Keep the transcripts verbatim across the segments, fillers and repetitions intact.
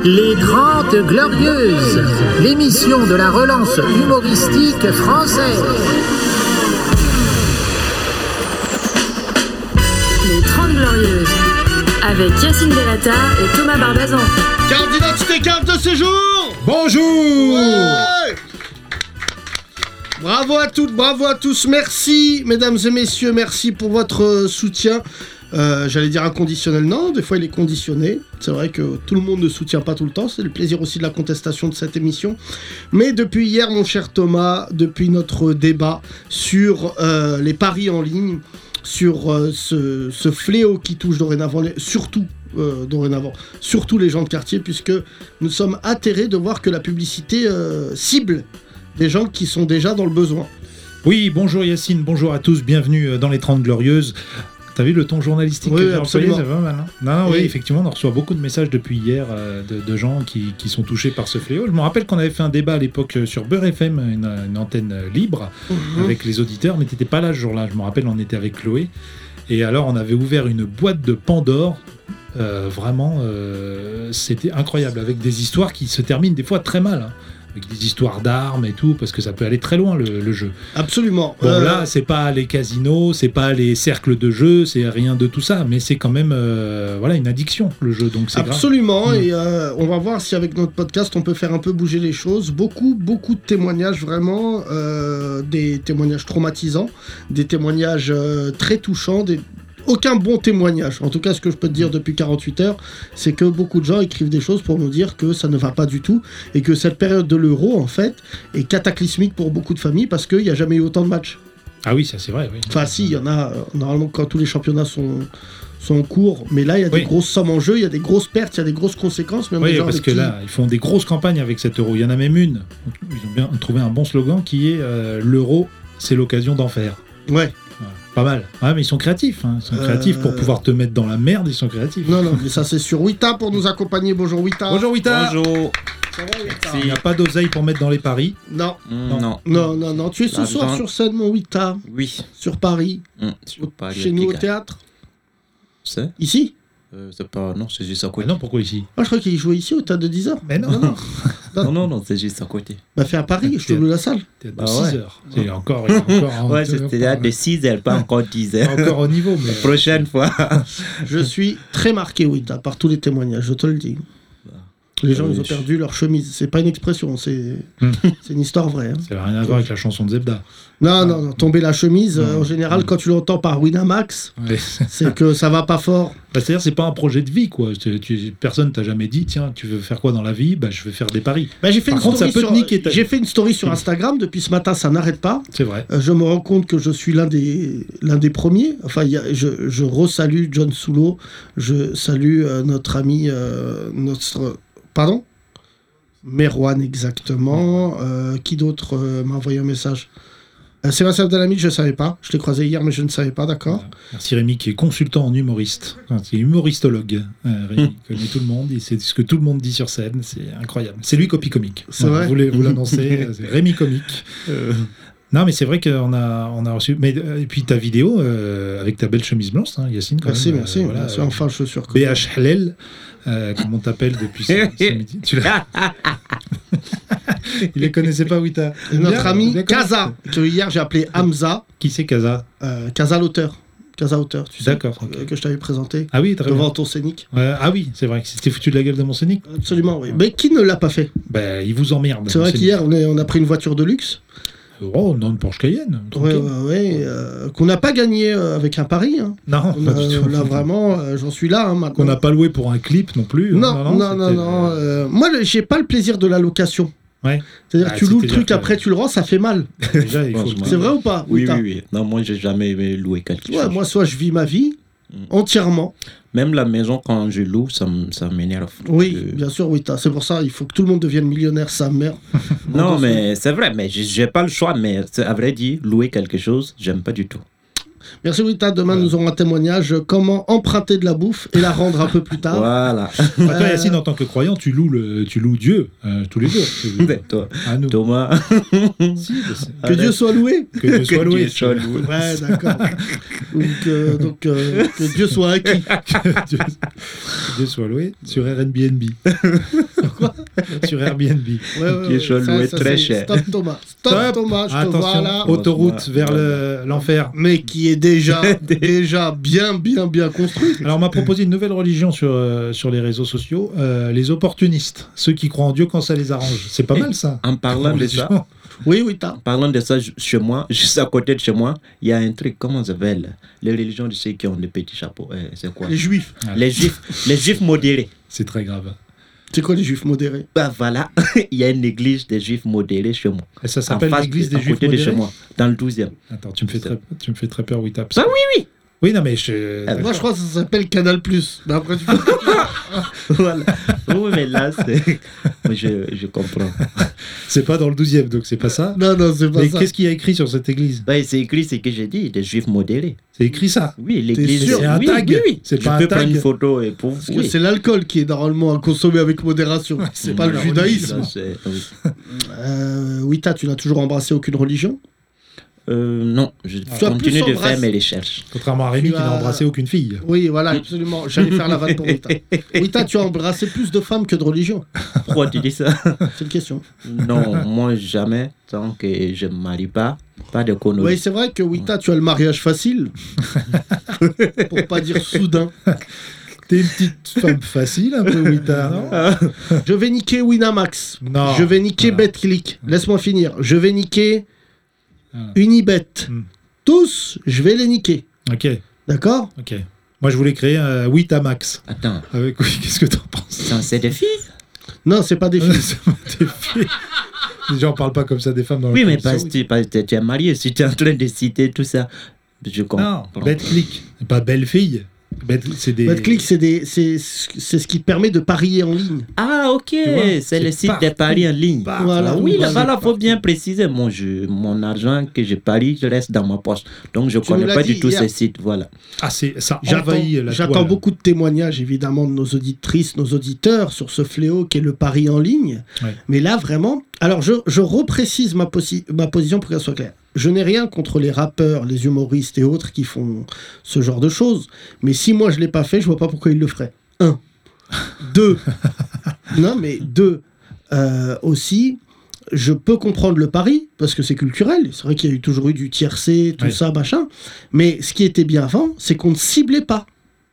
Les Trente Glorieuses, l'émission de la relance humoristique française. Les Trente Glorieuses, avec Yacine Delata et Thomas Barbazan. Carte d'identité, carte de séjour. Bonjour. Ouais. Bravo à toutes, bravo à tous, merci mesdames et messieurs, merci pour votre soutien. Euh, j'allais dire inconditionnel, non, des fois il est conditionné. C'est vrai que tout le monde ne soutient pas tout le temps, c'est le plaisir aussi de la contestation de cette émission. Mais depuis hier, mon cher Thomas, depuis notre débat sur euh, les paris en ligne, sur euh, ce, ce fléau qui touche dorénavant, les, surtout euh, dorénavant, surtout les gens de quartier, puisque nous sommes atterrés de voir que la publicité euh, cible des gens qui sont déjà dans le besoin. Oui, bonjour Yacine, bonjour à tous, bienvenue dans les Trente Glorieuses. T'as vu le ton journalistique oui, que j'ai employé, ça va mal, hein. Non, non, oui. oui, effectivement, on reçoit beaucoup de messages depuis hier euh, de, de gens qui, qui sont touchés par ce fléau. Je me rappelle qu'on avait fait un débat à l'époque sur Beurre F M, une, une antenne libre, mmh. avec les auditeurs, mais t'étais pas là ce jour-là. Je me rappelle, on était avec Chloé. Et alors, on avait ouvert une boîte de Pandore. Euh, vraiment, euh, c'était incroyable, avec des histoires qui se terminent des fois très mal, hein. Avec des histoires d'armes et tout, parce que ça peut aller très loin le, le jeu. Absolument. Bon, euh... là, c'est pas les casinos, c'est pas les cercles de jeu, c'est rien de tout ça, mais c'est quand même euh, voilà, une addiction, le jeu, donc c'est Absolument, grave. Et euh, on va voir si avec notre podcast, on peut faire un peu bouger les choses. Beaucoup, beaucoup de témoignages, vraiment, euh, des témoignages traumatisants, des témoignages euh, très touchants, des... Aucun bon témoignage. En tout cas, ce que je peux te dire depuis quarante-huit heures, c'est que beaucoup de gens écrivent des choses pour nous dire que ça ne va pas du tout et que cette période de l'Euro, en fait, est cataclysmique pour beaucoup de familles parce qu'il n'y a jamais eu autant de matchs. Ah oui, ça c'est vrai, oui. Enfin, si, il y en a, euh, normalement, quand tous les championnats sont... sont en cours, mais là il y a des oui. grosses sommes en jeu, il y a des grosses pertes, il y a des grosses conséquences. Même oui, des gens parce que qui... là, ils font des grosses campagnes avec cet euro. Il y en a même une. Ils ont bien trouvé un bon slogan qui est euh, l'euro, c'est l'occasion d'en faire. Ouais. Voilà. Pas mal. Ouais, mais ils sont créatifs. Hein. Ils sont créatifs euh... pour pouvoir te mettre dans la merde. Ils sont créatifs. Non, non, mais ça c'est sur Wita pour nous accompagner. Bonjour Wita. Bonjour Wita. Bonjour. Ça va Wita? Il n'y a pas d'oseille pour mettre dans les paris. Non. Mmh, non. Non. Non, non, non. Tu es ce L'argent. soir sur scène, mon Wita. Oui. Sur Paris. Mmh, sur Paris. Chez nous au théâtre. C'est ici. Euh, c'est pas... Non, c'est juste à côté. Mais non, pourquoi ici? Ah, je crois qu'il jouait ici au théâtre de dix heures. Mais non, non, non. non, non, non, c'est juste à côté. Bah, fais à Paris, je te loue la salle. Théâtre de bah, six heures. Ouais. C'est encore. encore ouais, c'est théâtre de six heures, pas encore dix heures. Encore au niveau, mais. Prochaine fois. Je suis très marqué, Wita, par tous les témoignages, je te le dis. Les gens, euh, ils ont perdu leur chemise. C'est pas une expression, c'est, mmh. c'est une histoire vraie. Hein. Ça n'a rien à voir avec la chanson de Zebda. Non, ah. non, non. Tomber la chemise, euh, en général, mmh. quand tu l'entends par Winamax, ouais. c'est que ça va pas fort. Bah, c'est-à-dire, c'est pas un projet de vie, quoi. Tu, tu, personne t'a jamais dit, tiens, tu veux faire quoi dans la vie? Bah, je vais faire des paris. Bah, j'ai fait, par une, contre, story ça peut sur, te niquer ta... j'ai fait une story sur Instagram. Depuis ce matin, ça n'arrête pas. C'est vrai. Euh, je me rends compte que je suis l'un des, l'un des premiers. Enfin, y a, je, je re-salue John Soulo. Je salue euh, notre ami... Euh, notre... Pardon? Merwan, exactement. Euh, qui d'autre euh, m'a envoyé un message? euh, Sébastien Abdelhamid, je ne savais pas. Je l'ai croisé hier, mais je ne savais pas, d'accord. Voilà. Merci Rémi, qui est consultant en humoriste. Enfin, c'est humoristologue. Euh, Rémi connaît tout le monde. C'est ce que tout le monde dit sur scène. C'est incroyable. C'est lui, Copy Comique. C'est voilà, vrai. Vous, vous l'annoncez. C'est Rémi Comique. Euh... Non, mais c'est vrai qu'on a, on a reçu. Mais, euh, et puis ta vidéo euh, avec ta belle chemise blanche, hein, Yacine. Quand merci, même, merci. Euh, voilà, merci. Enfin, je suis sûr. B H Halel, euh, comme on t'appelle depuis ce, ce midi. Tu l'as. Il les connaissait pas, Wita. Notre bien, ami Kaza, que hier j'ai appelé Hamza. Qui c'est Kaza? euh, Kaza l'auteur. Casa Auteur, tu sais. D'accord. Okay. Que je t'avais présenté. Ah oui, très devant bien. ton scénic. Euh, ah oui, c'est vrai que c'était foutu de la gueule de mon scénic. Absolument, oui. Mais qui ne l'a pas fait? Ben, il vous emmerde. C'est vrai qu'hier, on, est, on a pris une voiture de luxe. Oh, non, une Porsche Cayenne. Oui, ouais, ouais, euh, qu'on n'a pas gagné euh, avec un pari. Hein. Non, on pas a, du tout. Là, vraiment, euh, j'en suis là. Hein, maintenant. Qu'on n'a pas loué pour un clip non plus. Non, hein, non, non, non. non euh, moi, j'ai pas le plaisir de la location. Ouais. C'est-à-dire ah, que tu loues le truc, que... après tu le rends, ça fait mal. Déjà, il faut... C'est vrai ou pas? Oui, oui, oui. Non, moi, j'ai jamais loué quelque ouais, chose. Moi, soit je vis ma vie mm. entièrement. Même la maison, quand je loue, ça, ça m'énerve. Oui, euh... bien sûr, oui. C'est pour ça, il faut que tout le monde devienne millionnaire, sa mère. Non, mais c'est vrai, mais j'ai pas le choix. Mais à vrai dire, louer quelque chose, j'aime pas du tout. Merci Wita, demain Ouais. nous aurons un témoignage, comment emprunter de la bouffe et la rendre un peu plus tard. Voilà. Toi, Euh, Yacine, en tant que croyant, tu loues, le, tu loues Dieu euh, tous les jours. Mais toi, À nous. Thomas, Si, je sais. Que Dieu soit loué. Que Dieu soit que loué. Dieu soit loué. Ouais, d'accord. donc, euh, donc euh, que Dieu soit acquis. Que Dieu, que Dieu soit loué sur Airbnb. Quoi Sur Airbnb. Ouais, ouais, Dieu ouais, soit ça, loué ça, très c'est- cher. Stop Thomas. Stop, Stop. Thomas, je te vois Attention, là. autoroute vers le- l'enfer. Mais qui est déjà, déjà bien, bien, bien construit. Alors, on m'a proposé une nouvelle religion sur, euh, sur les réseaux sociaux, euh, les opportunistes, ceux qui croient en Dieu quand ça les arrange. C'est pas mal ça. En parlant de ça, Religion. Oui, oui, t'as. en parlant de ça, ju- chez moi, juste à côté de chez moi, il y a un truc, comment ça s'appelle? Les religions de ceux qui ont des petits chapeaux. Euh, c'est quoi? Les juifs. Les juifs, les juifs modérés. C'est très grave. C'est quoi les juifs modérés? Bah voilà, il y a une église des juifs modérés chez moi. Et ça En s'appelle face, l'église des à Juifs côté de chez modérés. moi, dans le douzième. Attends, tu me fais très, tu me fais très peur, Wita. Bah oui, oui. Oui, non, mais je. Ah, Moi, je crois que ça s'appelle Canal Plus. Mais après, tu Voilà. Oui, mais là, c'est. Mais je, je comprends. C'est pas dans le douzième, donc c'est pas ça. Non, non, c'est pas Mais ça. qu'est-ce qu'il y a écrit sur cette église? Bah, c'est écrit ce que j'ai dit, des juifs modérés. C'est écrit ça. Oui, l'église. sûr C'est un oui, tag. Oui, oui. C'est je pas un peux tag. prendre une photo et pour. Parce que Oui. c'est l'alcool qui est normalement à consommer avec modération. C'est pas le la judaïsme. Ça, c'est- oui. Euh, Wita, tu n'as toujours embrassé aucune religion? Euh, non, je as continue plus de embrassé- faire mes recherches. Contrairement à Rémi Tu qui n'a as- embrassé aucune fille. Oui, voilà, absolument. J'allais faire la vanne pour Wita. Wita, tu as embrassé plus de femmes que de religion? Pourquoi tu dis ça? C'est une question. Non, moi jamais, tant que je ne me marie pas, pas de conneries. Oui, c'est vrai que Wita, tu as le mariage facile. Pour pas dire soudain. T'es une petite femme facile, un peu, Wita, non? Je vais niquer Winamax. Non. Je vais niquer Ah. BetClick. Laisse-moi finir. Je vais niquer Ah. Unibet. Hmm. Tous, je vais les niquer. Ok, D'accord? ok. Moi, je voulais créer un Witamax. Attends, Avec oui, qu'est-ce que t'en penses? ça, c'est des filles? Non, c'est pas des filles. C'est pas des filles. Déjà, on parle pas comme ça des femmes dans la Oui, mais commission. parce que tu, parce que tu es marié, si tu es en train de citer tout ça, je comprends. Non, BetClick. C'est pas belle fille. Bet, c'est des. BetClick, c'est des- c'est c'est ce qui te permet de parier en ligne. Ah, ok, vois, c'est c'est le site des partout. paris en ligne. Partout. Voilà. Ah oui, là, Voilà. voilà, faut bien préciser. Mon, je, mon argent que je parie, je reste dans ma poche. Donc, je ne Tu nous connais l'as pas dit du tout hier. ces sites. Voilà. Ah, c'est ça J'attends envahit la j'attends toile. beaucoup de témoignages, évidemment, de nos auditrices, nos auditeurs sur ce fléau qu'est le pari en ligne. Ouais. Mais là, vraiment... Alors, je, je reprécise ma, posi- ma position pour qu'elle soit claire. Je n'ai rien contre les rappeurs, les humoristes et autres qui font ce genre de choses. Mais si moi, je ne l'ai pas fait, je vois pas pourquoi ils le feraient. Un. Deux. Non, mais deux. Euh, aussi... Je peux comprendre le pari, parce que c'est culturel. C'est vrai qu'il y a eu, toujours eu du tiercé, tout Ouais. ça, machin. Mais ce qui était bien avant, c'est qu'on ne ciblait pas.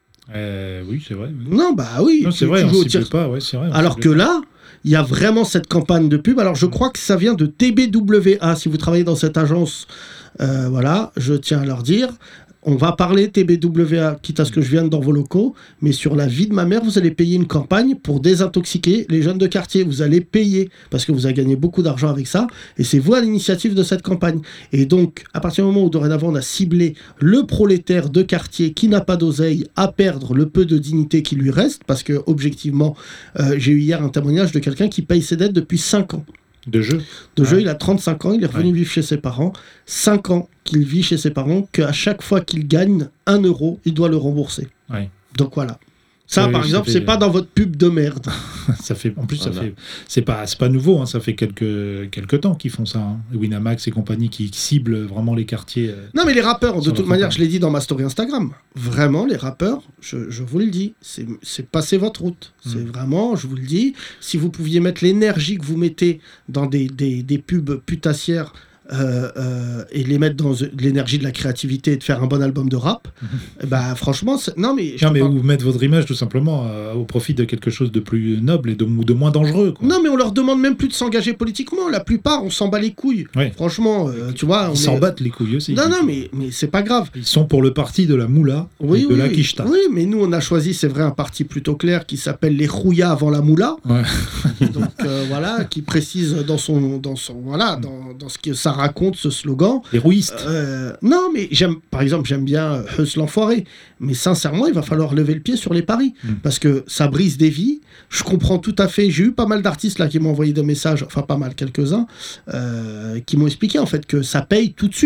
Euh, oui, c'est vrai. Non, bah oui. Non, tu- c'est vrai, tu on joues au cible tir- pas. Ouais, c'est vrai. on Alors cible que pas. là, il y a vraiment cette campagne de pub. Alors je Mm. crois que ça vient de T B W A. Si vous travaillez dans cette agence, euh, voilà, je tiens à leur dire. On va parler T B W A, quitte à ce que je vienne dans vos locaux, mais sur la vie de ma mère, vous allez payer une campagne pour désintoxiquer les jeunes de quartier. Vous allez payer, parce que vous avez gagné beaucoup d'argent avec ça, et c'est vous à l'initiative de cette campagne. Et donc, à partir du moment où dorénavant on a ciblé le prolétaire de quartier qui n'a pas d'oseille à perdre le peu de dignité qui lui reste, parce que objectivement, euh, j'ai eu hier un témoignage de quelqu'un qui paye ses dettes depuis cinq ans. De jeu. De Ouais. jeu, il a trente-cinq ans, il est revenu Ouais. vivre chez ses parents. cinq ans qu'il vit chez ses parents, qu'à chaque fois qu'il gagne un euro, il doit le rembourser. Ouais. Donc voilà. Ça, Oui, par ça exemple, fait- c'est pas dans votre pub de merde. Ça fait, en plus, ça Voilà. fait, c'est pas, c'est pas nouveau. Hein, ça fait quelques, quelques temps qu'ils font ça. Hein. Winamax et compagnie qui ciblent vraiment les quartiers. euh. Non, mais les rappeurs, de Sur toute leur manière, campagne. je l'ai dit dans ma story Instagram. Vraiment, les rappeurs, je, je vous le dis, c'est c'est passer votre route. C'est Mm. vraiment, je vous le dis, si vous pouviez mettre l'énergie que vous mettez dans des, des, des pubs putassières euh, euh, et les mettre dans de l'énergie de la créativité et de faire un bon album de rap, eh ben franchement, c'est- non mais... je Non, te mais parle- ou mettre votre image tout simplement euh, au profit de quelque chose de plus noble et de, ou de moins dangereux. Quoi. Non, mais on leur demande même plus de s'engager politiquement. La plupart, on s'en bat les couilles. Ouais. Franchement, euh, tu vois... on Ils s'en est- battent les couilles aussi. Non, non, mais, mais c'est pas grave. Ils sont pour le parti de la moula Oui, et de oui, la oui. quicheta. Oui, mais nous, on a choisi, c'est vrai, un parti plutôt clair qui s'appelle les Rouillas avant la moula. Ouais. Donc, euh, voilà, qui précise dans son... Dans son voilà, dans, dans ce que ça raconte, ce slogan. Les rouillistes. Euh, non, mais j'aime, par exemple, j'aime bien euh, Huss l'enfoiré. Mais sincèrement, il va falloir lever le pied sur les paris. Mm. Parce que ça brise des vies. Je comprends tout à fait. J'ai eu pas mal d'artistes là qui m'ont envoyé des messages, enfin pas mal, quelques-uns, euh, qui m'ont expliqué en fait que ça paye tout de suite.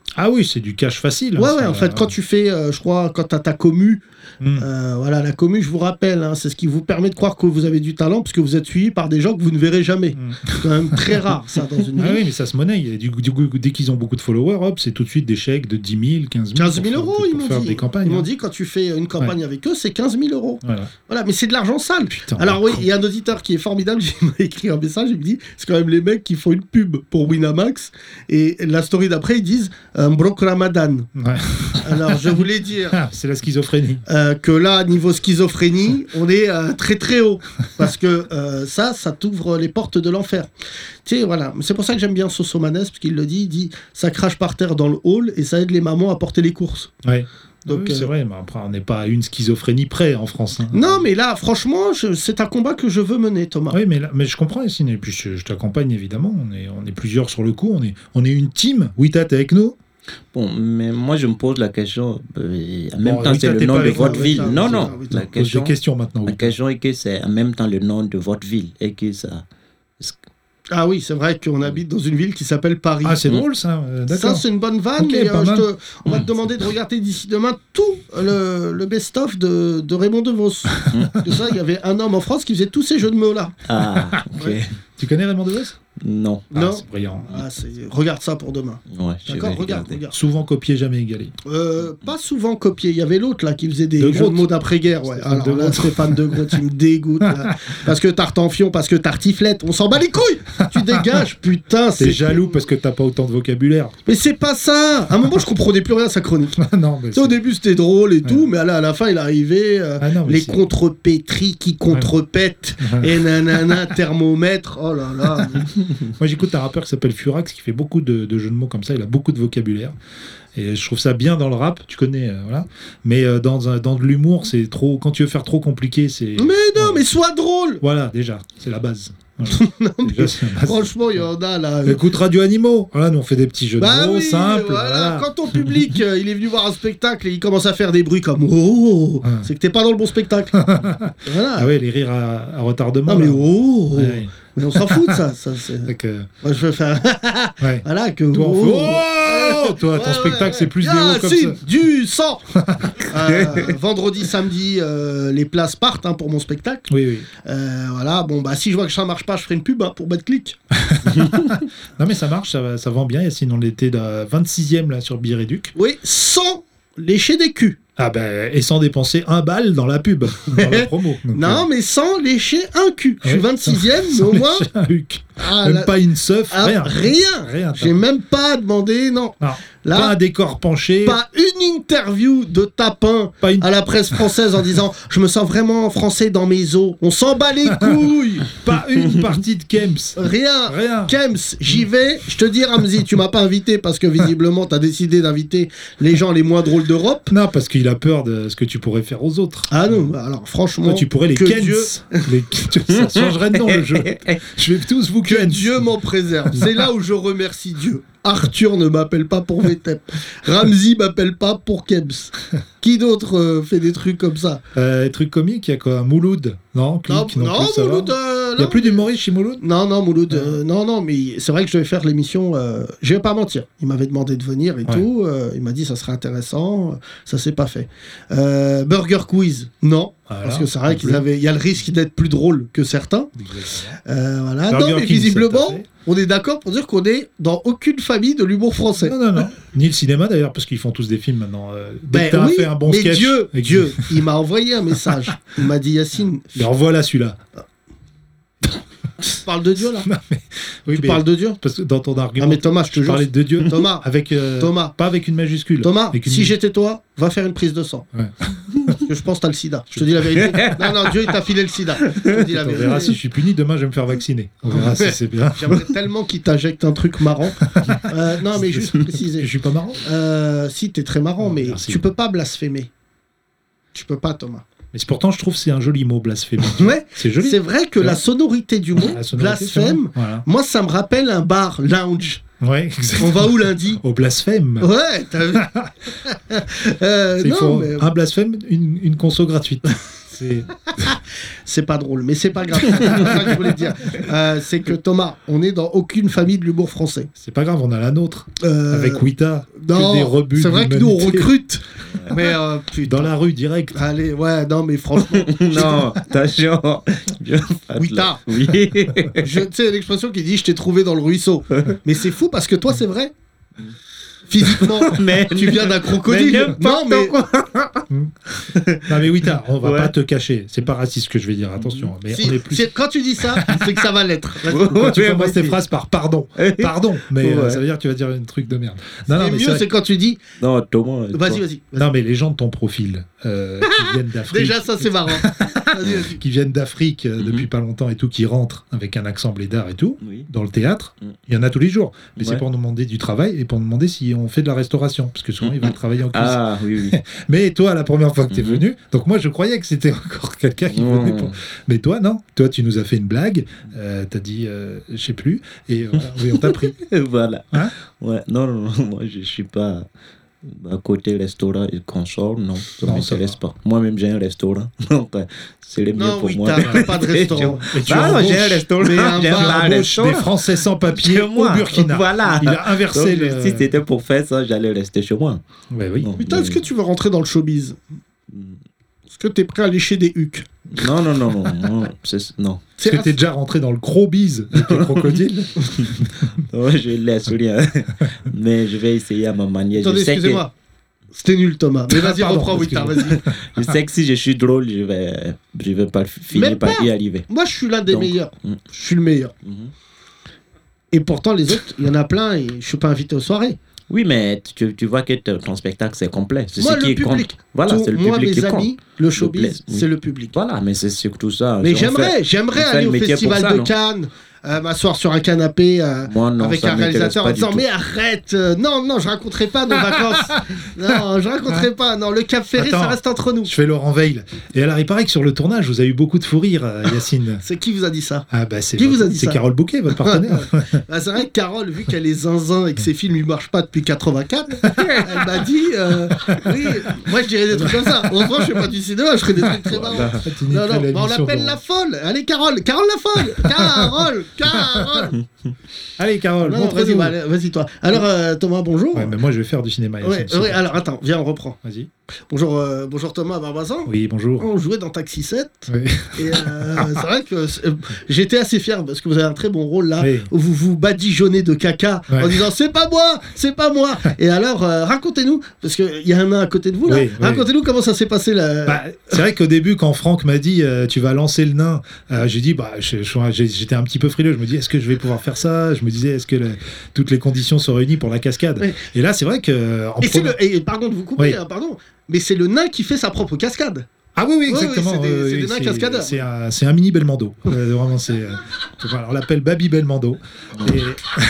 Ah oui, c'est du cash facile. Ouais, hein, ouais, ça, en fait, euh, quand tu fais, euh, je crois, quand tu as ta commu, hmm. euh, voilà, la commu, je vous rappelle, hein, c'est ce qui vous permet de croire que vous avez du talent, parce que vous êtes suivi par des gens que vous ne verrez jamais. Hmm. C'est quand même très rare, ça, dans une Ah vie. oui, mais ça se monnaie. Il y a du, du coup, dès qu'ils ont beaucoup de followers, hop, c'est tout de suite des chèques de dix mille, quinze mille. quinze mille pour euros, faire- ils pour m'ont faire dit. des campagnes. Ils m'ont hein. dit, quand tu fais une campagne avec eux, c'est quinze mille euros. Voilà. Voilà, mais c'est de l'argent sale. Putain, Alors oui, con. il y a un auditeur qui est formidable, il m'a écrit un message, il me dit, c'est quand même les mecs qui font une pub pour Winamax, et la story d'après, ils disent, un broc ramadan. Ouais. Alors, je voulais dire Ah, c'est la schizophrénie. euh, que là, niveau schizophrénie, on est euh, très très haut, parce que euh, ça, ça t'ouvre les portes de l'enfer. Tu sais, voilà, c'est pour ça que j'aime bien Sosomanes, parce qu'il le dit, il dit, ça crache par terre dans le hall, et ça aide les mamans à porter les courses. Ouais. Donc, Oui, c'est euh, vrai, mais après, on n'est pas à une schizophrénie près en France. hein. Non, mais là, franchement, je- c'est un combat que je veux mener, Thomas. Oui, mais, là- mais je comprends, Yacine, et puis je, je t'accompagne évidemment. On est, on est plusieurs sur le coup, on est, on est une team. Wita, t'es avec nous? Bon, mais moi, je me pose la question. euh, en même Bon, temps, oui, c'est ça, le t'es nom pas de avec votre moi, ville. oui, ça, Non, oui, non. ça, oui, La ça. Pose des question, questions maintenant. la Wita. question est que c'est en même temps le nom de votre ville et que ça. Ah oui, c'est vrai qu'on habite dans une ville qui s'appelle Paris. Ah, c'est Mm. drôle ça, euh, Ça, d'accord. c'est une bonne vanne, Ok, mais pas euh, je mal. te- on va te Mm. demander de regarder d'ici demain tout le, le best-of de, de Raymond DeVos. Parce que ça, il y avait un homme en France qui faisait tous ces jeux de mots-là. Ah, ok. Ouais. Tu connais Raymond DeVos? Non. Ah, Non. c'est brillant. Ah, c'est- regarde ça pour demain. Ouais, je D'accord, vais regarde, regarder. regarde. Souvent copié, jamais égalé. Euh, pas souvent copié. Il y avait l'autre là qui faisait des De jeux de Groot. mots d'après-guerre. Ouais. Stéphane Alors de là, Groot. Stéphane de Gros, tu me dégoûtes. Là. Parce que tartempion, parce que tartiflette. On s'en bat les couilles. Tu dégages, putain. T'es c'est jaloux parce que t'as pas autant de vocabulaire. Mais c'est pas ça. À un moment, je comprenais plus rien à sa chronique. non, mais Tu sais, au c'est- début, c'était drôle et tout, Ouais. mais là, à la fin, il arrivait. euh, Ah non, mais les c'est- contrepétries qui contrepètent. Ouais. Et nanana, thermomètre. Oh là là. Moi, j'écoute un rappeur qui s'appelle Furax qui fait beaucoup de, de jeux de mots comme ça. Il a beaucoup de vocabulaire. Et je trouve ça bien dans le rap, tu connais, euh, voilà. Mais euh, dans, un- dans de l'humour, c'est trop. Quand tu veux faire trop compliqué, c'est. Mais non, Ouais. mais sois drôle. Voilà, déjà, c'est la base. Voilà. Non, mais Déjà, c'est la base. franchement, il y en a là. Écoute Radio Animaux. Voilà, nous on fait des petits jeux Bah de mots oui, simples. voilà. voilà. Quand ton public euh, il est venu voir un spectacle et il commence à faire des bruits comme oh, Ouais. c'est que t'es pas dans le bon spectacle. Voilà. Ah ouais, les rires à, à retardement. Non mais là. oh, Ouais, ouais. mais on s'en fout de ça. ça c'est... Donc, euh, Moi je veux faire ouais. voilà que Toi, on oh. fait, oh toi, ton Ouais, spectacle, ouais, c'est plus des ouais. hauts comme Yacine, ça. du sang. Euh, vendredi, samedi, euh, les places partent hein, pour mon spectacle. Oui, oui. Euh, voilà, bon bah si je vois que ça marche pas, je ferai une pub hein, pour battre clic. Non, mais ça marche, ça, va- ça vend bien. Yacine, on était à vingt-sixième là, sur Billet Réduc. Oui, sans lécher des culs. Ah ben, et sans dépenser un bal dans la pub, dans la promo. Donc, Non, euh, mais sans lécher un cul. Je suis ouais, vingt-sixième, mais sans au moins. lécher un huc. Ah, Même là- pas une seuf, ah, rien. rien. Rien. J'ai même pas demandé, non. Non, Là, pas un décor penché, pas, pas une interview de tapin une... à la presse française en disant je me sens vraiment français dans mes os. On s'en bat les couilles. pas une partie de Kems. Rien. Rien. Kems, j'y vais. Je te dis, Ramzi, tu m'as pas invité parce que visiblement t'as décidé d'inviter les gens les moins drôles d'Europe. Non, parce qu'il a peur de ce que tu pourrais faire aux autres. Ah non, alors franchement, Toi, tu pourrais les que Kens. Dieu, Les... Ça changerait de nom le jeu. Je vais tous vous que Kens. Dieu m'en préserve. C'est là où je remercie Dieu. Arthur ne m'appelle pas pour V T E P. Ramzi m'appelle pas pour Kems. Qui d'autre euh, fait des trucs comme ça? Euh, truc comique, il y a quoi Mouloud? Non, Click, Non, non, non, plus, ça va. Mouloud, euh, Il n'y a non. plus d'humoriste chez Mouloud? Non, non, Mouloud, euh, non, non, mais c'est vrai que je devais faire l'émission. Euh, je vais pas mentir. Il m'avait demandé de venir et Ouais. tout. euh, il m'a dit ça serait intéressant. euh, Ça s'est pas fait. Euh, Burger Quiz, non. Voilà, Parce que c'est vrai non qu'ils plus. avaient. Il y a le risque d'être plus drôle que certains. Exactement. Euh, voilà. Burger non, mais King, visiblement, ça t'a fait. on est d'accord pour dire qu'on est dans aucune famille de l'humour français. Non, non, non. Ni le cinéma d'ailleurs, parce qu'ils font tous des films maintenant. Euh, dès Ben que t'as oui, fait un bon mais sketch. Dieu, et que- Dieu, il m'a envoyé un message. Il m'a dit Yacine, Mais revoilà celui-là. tu parles de Dieu là. Non, mais- Oui, Tu mais parles de Dieu. parce que dans ton argument, Ah mais Thomas, je te je jure. parlais de Dieu. Thomas, Avec, euh, Thomas. Pas avec une majuscule. Thomas, avec une- si j'étais toi, va faire une prise de sang. Ouais. Parce que je pense que t'as le sida. Je te dis la vérité. Non, non, Dieu, il t'a filé le sida. Je te dis la On vérité. verra si je suis puni. Demain, je vais me faire vacciner. On verra si c'est bien. J'aimerais tellement qu'il t'injecte un truc marrant. Euh, non, mais juste Je préciser. suis pas marrant. Euh, si, t'es très marrant, Oh, mais merci. tu peux pas blasphémer. Tu peux pas, Thomas. Mais c'est- pourtant, je trouve que c'est un joli mot, blasphémie. Ouais, C'est joli. c'est vrai que Ouais. la sonorité du mot, La sonorité, blasphème, Voilà. moi, ça me rappelle un bar lounge. Ouais, exactement. On va où lundi? Au blasphème. Ouais, t'as vu. euh, C'est qu'il non, faut mais... un blasphème, une, une conso gratuite. C'est... c'est pas drôle, mais c'est pas grave. C'est ça que je voulais dire. Euh, c'est que Thomas, on est dans aucune famille de l'humour français. c'est pas grave, on a la nôtre. Euh, Avec Wita. Non, que des rebuts c'est vrai que nous on d'humanité. recrute. mais euh, putain. Dans la rue, direct. Allez, ouais, non, mais franchement. Non, attention. Je- Oui, t'as. Oui. Je, tu sais, l'expression qui dit je t'ai trouvé dans le ruisseau. Mais c'est fou parce que toi, c'est vrai. Physiquement, Mais- tu viens d'un crocodile. Mais non, mais. Non mais Wita, on va Ouais. pas te cacher. C'est pas raciste ce que je vais dire, attention. Mais Si- on est plus... c'est- quand tu dis ça, c'est que ça va l'être. Vas-y. Quand tu Ouais, commences tes vas-y. phrases par pardon, pardon, mais euh, Ouais. ça veut dire que tu vas dire un truc de merde. Non, non, Et mais mieux, c'est vrai c'est quand tu dis Non, Thomas. vas-y, vas-y. vas-y. Non, mais les gens de ton profil euh, qui viennent d'Afrique, Déjà, ça, c'est marrant. Vas-y, vas-y. qui viennent d'Afrique euh, Mhm. depuis pas longtemps et tout, qui rentrent avec un accent blédard et tout, Oui. dans le théâtre, Mhm. il y en a tous les jours. Mais c'est Ouais. pour nous demander du travail et pour nous demander si on fait de la restauration, parce que souvent ils veulent travailler en cuisine. Ah, oui, oui. Mais toi, la première fois que tu es Mhm. venu, donc moi je croyais que c'était encore quelqu'un qui Non. venait pour... Mais toi, non. Toi, tu nous as fait une blague, euh, t'as dit, euh, je sais plus, et voilà, oui, on t'a pris. Voilà. Hein Ouais, non, non, non, moi je suis pas à côté restaurant et consort, non, ça Non, ne ça m'intéresse pas. Moi-même j'ai un restaurant, donc euh, c'est le mieux Non, pour oui, moi. t'as t'as pas de restaurant. Et tu Ah non, j'ai un embauches restaurant, mais un j'ai un bar bar embauches restaurant. des Français sans papier Chez au moi. Burkina. Voilà. Il a inversé Donc, le... Si c'était pour faire ça, j'allais rester chez moi. Ouais, oui. Non, Putain, mais- est-ce que tu veux rentrer dans le showbiz? Est-ce que t'es prêt à lécher des hucs? Non, non, non, non, non, c'est- non. Est-ce que t'es déjà rentré dans le gros bise avec les crocodiles? Ouais, je laisse rien. Mais je vais essayer à ma manière. Attendez, je sais que, excusez-moi. C'était nul, Thomas. Mais vas-y, Pardon, reprends, Wita, vas-y. je sais que si je suis drôle, je vais, je vais pas finir Même par pas. y arriver. Moi, je suis l'un des Donc, meilleurs. mm. Je suis le meilleur. Mhm. Et pourtant, les autres, il y en a plein et je suis pas invité aux soirées. Oui, mais tu, tu vois que ton ton spectacle, c'est complet. C'est Moi, ce le qui public. compte. Voilà, Tout- c'est le moi, public mes qui compte. amis, le Le showbiz, plaisir, oui. c'est le public. Voilà, mais c'est surtout ça. Mais On fait- j'aimerais, j'aimerais on fait aller le au métier pour Festival ça, de non Cannes, euh, m'asseoir sur un canapé euh, Moi, non, avec ça un m'intéresse réalisateur en pas du disant tout. mais arrête, euh, non, non, je raconterai pas nos vacances. Non, je raconterai pas. Non, le Cap Ferré, Attends. ça reste entre nous. Je fais Laurent Veil. Et alors, il paraît que sur le tournage, vous avez eu beaucoup de fou rire, euh, Yacine. C'est qui vous a dit ça? Ah bah c'est Qui vous a dit c'est ça Carole Bouquet, votre partenaire. Bah, c'est vrai que Carole, vu qu'elle est zinzin et que ses films ne marchent pas depuis quatre-vingt-quatre, elle m'a dit euh, oui, moi je dirais des trucs comme ça. Heureusement, je fais pas du cinéma, je ferais des trucs très marrants. Tu Non, niquerais non, bah, on l'émission l'appelle de- la folle. Allez, Carole, Carole la folle. Carole, Carole. Allez, Carole, Non, non, vas-y, montre-nous. bah, allez, vas-y, toi. Alors, euh, Thomas, bonjour. Ouais, mais moi, je vais faire du cinéma. Ouais, Yacine, ouais, c'est- alors attends, viens, on reprend. Vas-y. Bonjour, euh, bonjour Thomas Barbazan. Oui, bonjour. On jouait dans Taxi sept. Oui. Et euh, c'est vrai que c'est- euh, j'étais assez fier parce que vous avez un très bon rôle là, Oui. où vous vous badigeonnez de caca Ouais. en disant c'est pas moi, c'est pas moi. Et alors, euh, racontez-nous, parce qu'il y a un nain à côté de vous là, Oui, oui. racontez-nous comment ça s'est passé là. Bah, c'est vrai qu'au début, quand Franck m'a dit euh, tu vas lancer le nain, euh, j'ai dit bah, je- je- j'ai- j'étais un petit peu frileux. Je me dis est-ce que je vais pouvoir faire ça? Je me disais est-ce que le- toutes les conditions sont réunies pour la cascade? Oui. Et là, c'est vrai que en et, c'est prenant- le, et pardon de vous couper, Oui. hein, pardon, mais c'est le nain qui fait sa propre cascade. Ah oui, oui, oui, exactement. c'est des- oui, c'est oui, des nains c'est- cascadeurs. C'est un, c'est un mini Belmondo. Euh, vraiment, c'est. euh, voilà, on l'appelle Baby Belmondo. Et...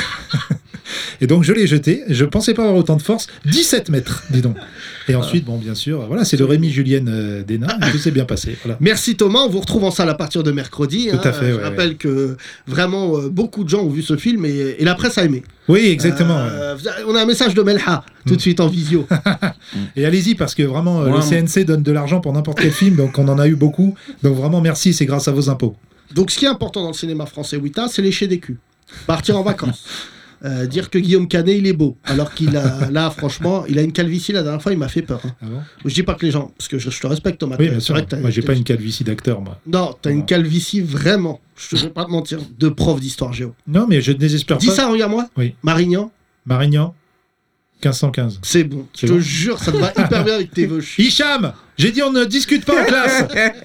Et donc je l'ai jeté. Je pensais pas avoir autant de force. dix-sept mètres, dis donc. Et ensuite, bon, bien sûr, voilà, c'est le Rémi Julienne euh, des nains. Et tout s'est bien passé. Voilà. Merci Thomas, on vous retrouve en salle à partir de mercredi. Tout à hein. fait, Je ouais, rappelle que vraiment euh, beaucoup de gens ont vu ce film et, et la presse a aimé. Oui, exactement. Euh, On a un message de Melha tout de suite en visio. Et allez-y, parce que vraiment, euh, Ouais, le C N C donne de l'argent pour n'importe quel film, donc on en a eu beaucoup. Donc vraiment, merci, c'est grâce à vos impôts. Donc ce qui est important dans le cinéma français, Wita, c'est lécher des culs. Partir en vacances. Euh, dire que Guillaume Canet il est beau alors qu'il a là franchement il a une calvitie la dernière fois il m'a fait peur hein. Ah bon Je dis pas que les gens parce que je, je te respecte Thomas. Oui, C'est bien sûr. vrai que t'as- Moi, j'ai t'as- pas une calvitie d'acteur, moi. Non t'as une calvitie vraiment je vais pas te mentir de prof d'histoire géo. Non, mais je ne désespère Dis pas. ça regarde-moi. Oui. Marignan Marignan, quinze cent quinze. c'est bon je C'est te bon. jure ça te va hyper bien avec tes vœux. Hicham, j'ai dit on ne discute pas en classe.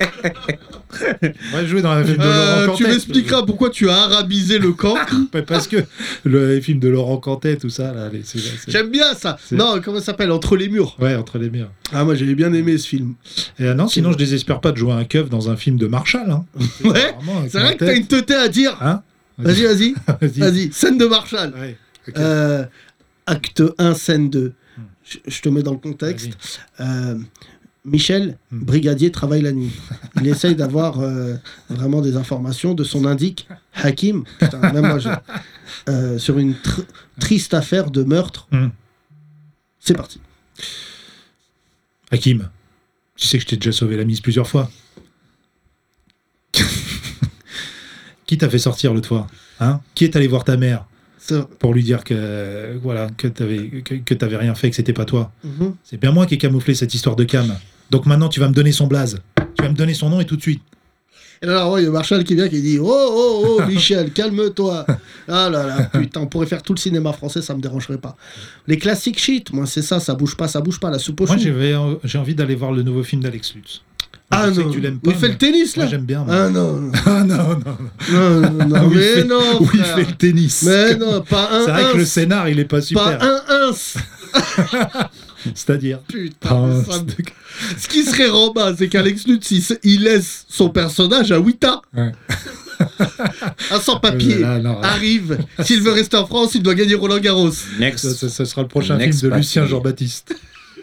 On va jouer dans un film de Euh, Laurent tu Cantet. m'expliqueras pourquoi tu as arabisé le cancre. Ouais, parce que le film de Laurent Cantet, tout ça, là, les- c'est- c'est- J'aime bien ça. C'est- Non comment ça s'appelle Entre les murs. ouais, entre les murs. Ah moi j'avais bien aimé ce film. Et, euh, non, sinon je désespère pas de jouer un keuf dans un film de Marshall. Hein. Ouais. Vraiment, avec C'est ma vrai que t'as tête. une teuté à dire. Hein Vas-y vas-y Vas-y. vas-y scène de Marshall. Ouais, ok. Euh, acte un, scène deux. Je, je te mets dans le contexte. Euh, Michel, Hmm. brigadier, travaille la nuit. Il essaye d'avoir euh, vraiment des informations de son indique Hakim. Putain, même moi, je... euh, sur une tr- triste affaire de meurtre. Mm. C'est parti. Hakim, tu sais que je t'ai déjà sauvé la mise plusieurs fois. Qui t'a fait sortir l'autre fois, hein? Qui est allé voir ta mère Ça... pour lui dire que voilà que t'avais que, que t'avais rien fait, que c'était pas toi? Mm-hmm. C'est bien moi qui ai camouflé cette histoire de Cam. Donc maintenant tu vas me donner son blaze. Tu vas me donner son nom et tout de suite. Et là, il y a Marshall qui vient qui dit oh oh oh Michel, calme-toi. Ah là là, putain, on pourrait faire tout le cinéma français, ça me dérangerait pas. Les classiques shit, moi c'est ça, ça bouge pas, ça bouge pas, la soupe au Moi chou. j'ai, j'ai envie d'aller voir le nouveau film d'Alex Lutz. Ah Je sais non, que tu l'aimes pas, il fait mais- le tennis là. Moi j'aime bien. moi. Ah non, non, Ah non non non. non, non, non, Ah, où il mais fait- non, où il frère. fait le tennis. Mais non, pas un C'est vrai que le un, scénar il est pas super. pas un un. C'est-à-dire. Putain, Ah, ça me- ce qui serait Romain, c'est qu'Alex Lutz, il, se- il laisse son personnage à Wita. Ouais. Un sans-papier. Là, non, là. Arrive. S'il veut rester en France, il doit gagner Roland Garros. Next. Ça, ça- ça sera le prochain Next film de Lucien papier. Jean-Baptiste.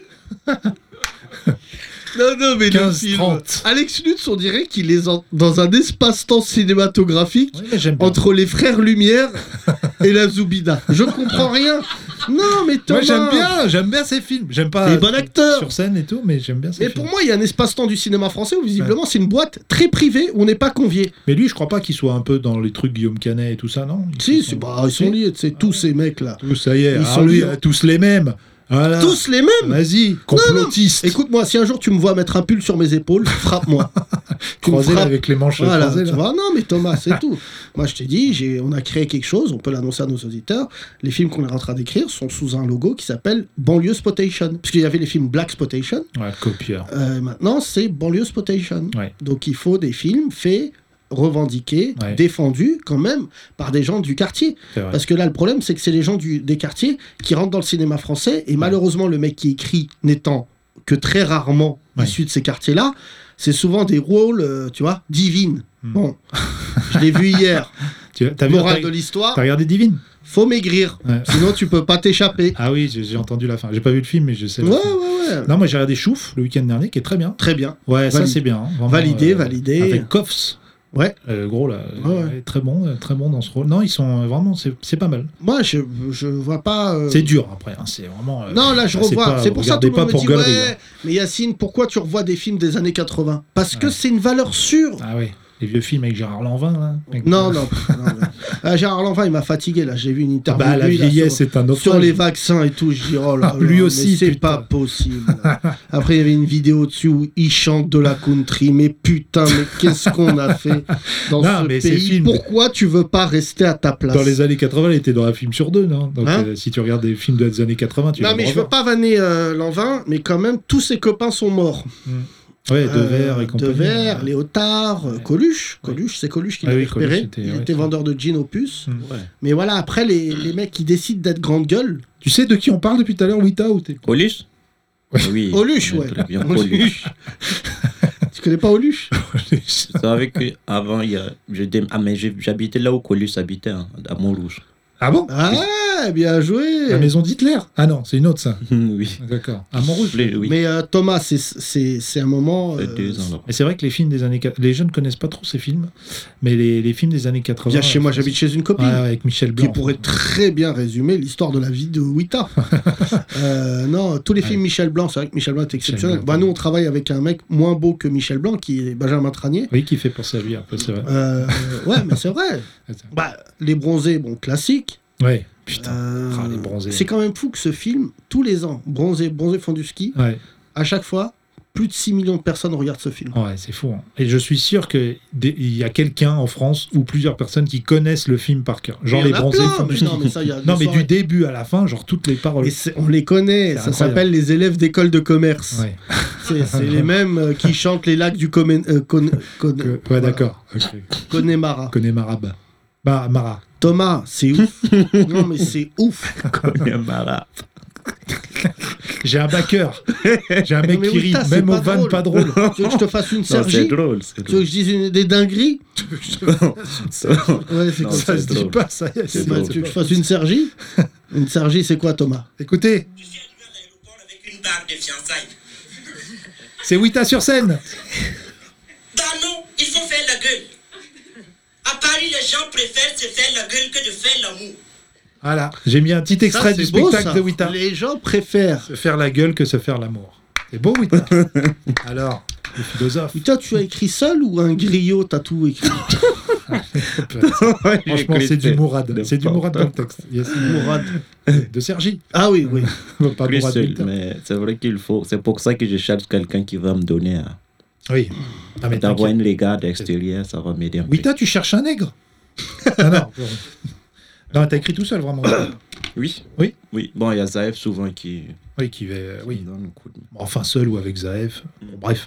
Non, non, mais le quinze film. trente. Alex Lutz, on dirait qu'il est en- dans un espace-temps cinématographique Ouais, mais j'aime bien. entre les frères Lumière et la Zoubida. Je comprends rien. Non, mais Thomas. Moi j'aime bien, j'aime bien ces films. J'aime pas Les bons acteurs. sur scène et tout, mais j'aime bien ces Mais films. pour moi, il y a un espace-temps du cinéma français où visiblement c'est une boîte très privée où on n'est pas convié. Mais lui, je crois pas qu'il soit un peu dans les trucs Guillaume Canet et tout ça, non? Ils Si, sont- c'est- bah, ils sont liés, tu sais, tous ces mecs-là. Tous, ça y est. Ils ah sont oui, liés. euh, tous les mêmes. Voilà. Tous les mêmes. Vas-y, complotiste. Écoute-moi, si un jour tu me vois mettre un pull sur mes épaules, frappe-moi. Tu me Croisé là, frappes. avec les manches Voilà, croisées. tu là. vois, non mais Thomas, c'est tout. Moi je t'ai dit, j'ai, on a créé quelque chose, on peut l'annoncer à nos auditeurs. Les films qu'on est en train d'écrire sont sous un logo qui s'appelle Banlieue Spotation. Puisqu'il y avait les films Black Spotation, Ouais, copieur. euh, maintenant c'est Banlieue Spotation. Ouais. Donc il faut des films faits, revendiqués, Ouais. défendus quand même par des gens du quartier. C'est vrai. Parce que là, le problème, c'est que c'est les gens du, des quartiers qui rentrent dans le cinéma français, et malheureusement, le mec qui écrit n'étant que très rarement Ouais. issu de ces quartiers-là, c'est souvent des rôles, euh, tu vois, divines. Hmm. Bon, je l'ai vu hier. Tu as vu, Morale t'as- de l'histoire, T'as regardé Divine? faut maigrir, Ouais. sinon tu peux pas t'échapper. Ah oui, j'ai, j'ai entendu la fin. J'ai pas vu le film, mais je sais. la Ouais, fin. ouais, ouais. Non, moi j'ai regardé Chouf le week-end dernier, qui est très bien. Très bien. Ouais, ça Valide. c'est bien. hein, vraiment, Validé, validé. Avec Koffs. Ouais. Euh, gros là, Ouais, ouais. ouais, très bon, euh, très bon dans ce rôle. Non, ils sont euh, vraiment, c'est, c'est pas mal. Moi, je, je vois pas. euh, C'est dur après, hein, c'est vraiment. euh, Non, là, je bah, revois. pas- C'est pour ça que regardez tout le monde pas me pour dit galerie, ouais, hein. mais Yacine, pourquoi tu revois des films des années quatre-vingts? Parce que Ouais. c'est une valeur sûre. Ah ouais, les vieux films avec Gérard Lanvin là. Avec- Non, non. non, non. Ah, Gérard Lanvin, il m'a fatigué là. J'ai vu une interview Bah de la lui, là, vieillesse, sur, c'est un autre. sur les vaccins et tout. Je dis oh là, Ah, lui là, aussi, mais c'est putain. pas possible. Après, il y avait une vidéo dessus où il chante de la country. Mais putain, mais qu'est-ce qu'on a fait dans Non, ce mais ces pays? films- Pourquoi tu veux pas rester à ta place? Dans les années quatre-vingts, il était dans un film sur deux, non? Donc Hein euh, si tu regardes des films des années quatre-vingts, tu Non, vas mais le je veux revoir. pas vanner euh, Lanvin, mais quand même, tous ses copains sont morts. Ouais, Euh, Devers et compagnie. Devers, Léotard, euh, Ouais. Coluche. Ouais. Coluche, c'est Coluche qui Ah l'avait oui, Coluche, repéré. c'était- Il ouais, était c'est- vendeur de jeans opus. Mm. Ouais. Mais voilà, après, les, les mecs qui décident d'être grande gueule, Tu sais de qui on parle depuis tout à l'heure, Wita ou t'es... Coluche Oui. Oluche, on ouais. est Très bien, Oluche. Coluche. Tu connais pas Oluche? Tu savais qu'avant, il y a... je dé- ah, mais j'ai- j'habitais là où Coluche habitait, hein, à Montrouge. Ah bon? Ah, bien joué. La maison d'Hitler? Ah non, c'est une autre ça. oui. D'accord. À Montrouge. Les- oui. Mais euh, Thomas, c'est- c'est c'est un moment. Ça fait euh, deux ans, là. Et c'est vrai que les films des années quat- les jeunes connaissent pas trop ces films, mais les, les films des années quatre-vingts. Viens chez moi, euh, j'habite chez une copine. Ouais, avec Michel Qui Blanc. pourrait très bien résumer l'histoire de la vie de Wita. euh, non, tous les Ouais. films Michel Blanc, c'est vrai que Michel Blanc est exceptionnel. Blanc. Bah, nous, on travaille avec un mec moins beau que Michel Blanc, qui est Benjamin Tranier. Oui, qui fait penser à lui un peu, c'est vrai. Euh, ouais, mais c'est vrai. Bah, les bronzés, bon, classique. Ouais, putain. Euh, Ah, les bronzés. c'est quand même fou que ce film, tous les ans, bronzé, bronzé font du ski, Ouais. à chaque fois, plus de six millions de personnes regardent ce film. Ouais, c'est fou. hein. Et je suis sûr qu'il y a quelqu'un en France ou plusieurs personnes qui connaissent le film par cœur. Genre Il y les en a bronzés plein, font du mais ski. non, mais ça, il y a Non, des mais soirées. du début à la fin, genre toutes les paroles. Et c'est- on les connaît, C'est ça incroyable. s'appelle les élèves d'école de commerce. Ouais, C'est c'est les mêmes euh, qui chantent les lacs du Comé- euh, Con- Con- Que- ouais d'accord. Ok. Connemara. Je connais Marab. Bah, Mara. Thomas, c'est ouf. Non, mais c'est ouf. Connemara. J'ai un backer. J'ai un mec Mais qui oui, rit, putain, c'est même pas aux vannes drôle. pas drôles. Tu veux que je te fasse une Non, c'est Sergi? drôle. C'est Tu veux que drôle. je dise une- des dingueries? Ouais, c'est Non, comme ça. Ça se dit drôle. pas, ça y est. C'est c'est pas- pas- tu veux que je fasse une Sergi? Une Sergi, c'est quoi, Thomas? Écoutez, Je suis arrivé à l'aéroport avec une bague de fiançailles. c'est Wita sur scène. Dans préfèrent se faire la gueule que de faire l'amour. Voilà, j'ai mis un petit extrait Ça, du c'est beau, spectacle ça. de Wita. Les gens préfèrent. Se faire la gueule que se faire l'amour. C'est beau, Wita. Alors, le philosophe. Putain, tu as écrit seul ou un griot t'as tout écrit? Franchement, c'est du Mourad. C'est du Mourad dans le texte. Yes. Mourad. De Sergi. Ah oui, oui. Pas Plus Mourad seul, Wita. mais c'est vrai qu'il faut. C'est pour ça que je cherche quelqu'un qui va me donner à. Oui. Ah, mais D'avoir t'inquiète. une légade extérieure, ça va m'aider un peu. Wita, tu cherches un nègre. Ah non. Non, t'as écrit tout seul, vraiment. Oui. Oui. Oui. Bon, il y a Zaev souvent qui. Oui, qui va. euh, qui oui. donne un coup de- Bon, enfin, seul ou avec Zaev. Bon, bref.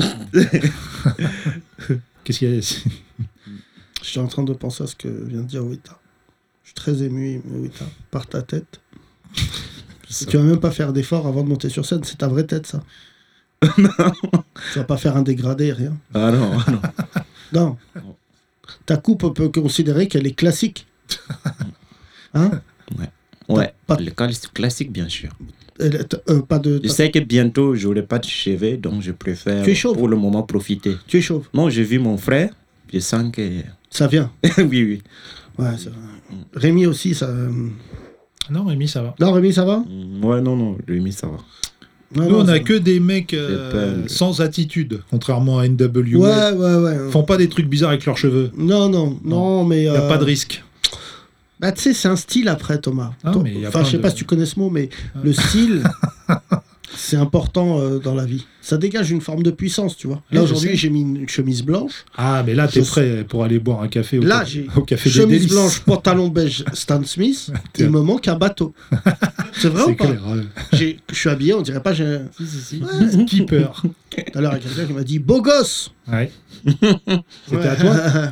Qu'est-ce qu'il y a? Je suis en train de penser à ce que vient de dire Wita. Je suis très ému, Wita, par ta tête. Tu vas même pas faire d'effort avant de monter sur scène, c'est ta vraie tête, ça. Tu vas pas faire un dégradé, rien. Ah non, ah non. Non. Ta coupe, on peut considérer qu'elle est classique. Hein? Ouais. Pas- Le clas- classique, bien sûr. Elle est- euh, pas de. Je sais que bientôt, j'aurai pas de cheveux, donc je préfère Tu es chauve. pour le moment profiter. Tu es chauve. Bon, j'ai vu mon frère, je sens que. Ça vient. oui, oui. Ouais, ça va. Rémi aussi, ça. euh, Non, Rémi, ça va. Non, Rémi, ça va? Mm, Ouais, non, non, Rémi, ça va. Non, Nous, non, on ça a va. que des mecs euh, pas- sans attitude, contrairement à N W. Ouais, ouais, ouais. Ils font pas des trucs bizarres avec leurs cheveux. Non, non, non, mais. Il n'y a euh, pas de risque. Bah, tu sais, c'est un style après, Thomas. Ah, Ton- mais il y a Enfin, plein je sais de- pas si tu connais ce mot, mais le style, c'est important euh, dans la vie. Ça dégage une forme de puissance, tu vois. Là, Oui, je aujourd'hui, sais. j'ai mis une chemise blanche. Ah, mais là, t'es Je- prêt pour aller boire un café au, Là, café, j'ai au café des chemise délices. blanche, pantalon beige, Stan Smith. T'es- Il me manque un bateau. C'est vrai C'est ou pas? clair. ouais. J'ai- Je suis habillé, on dirait pas. j'ai un- Si, si, si. Keeper. Tout à l'heure, il y a quelqu'un qui m'a dit beau gosse. Ouais. C'était à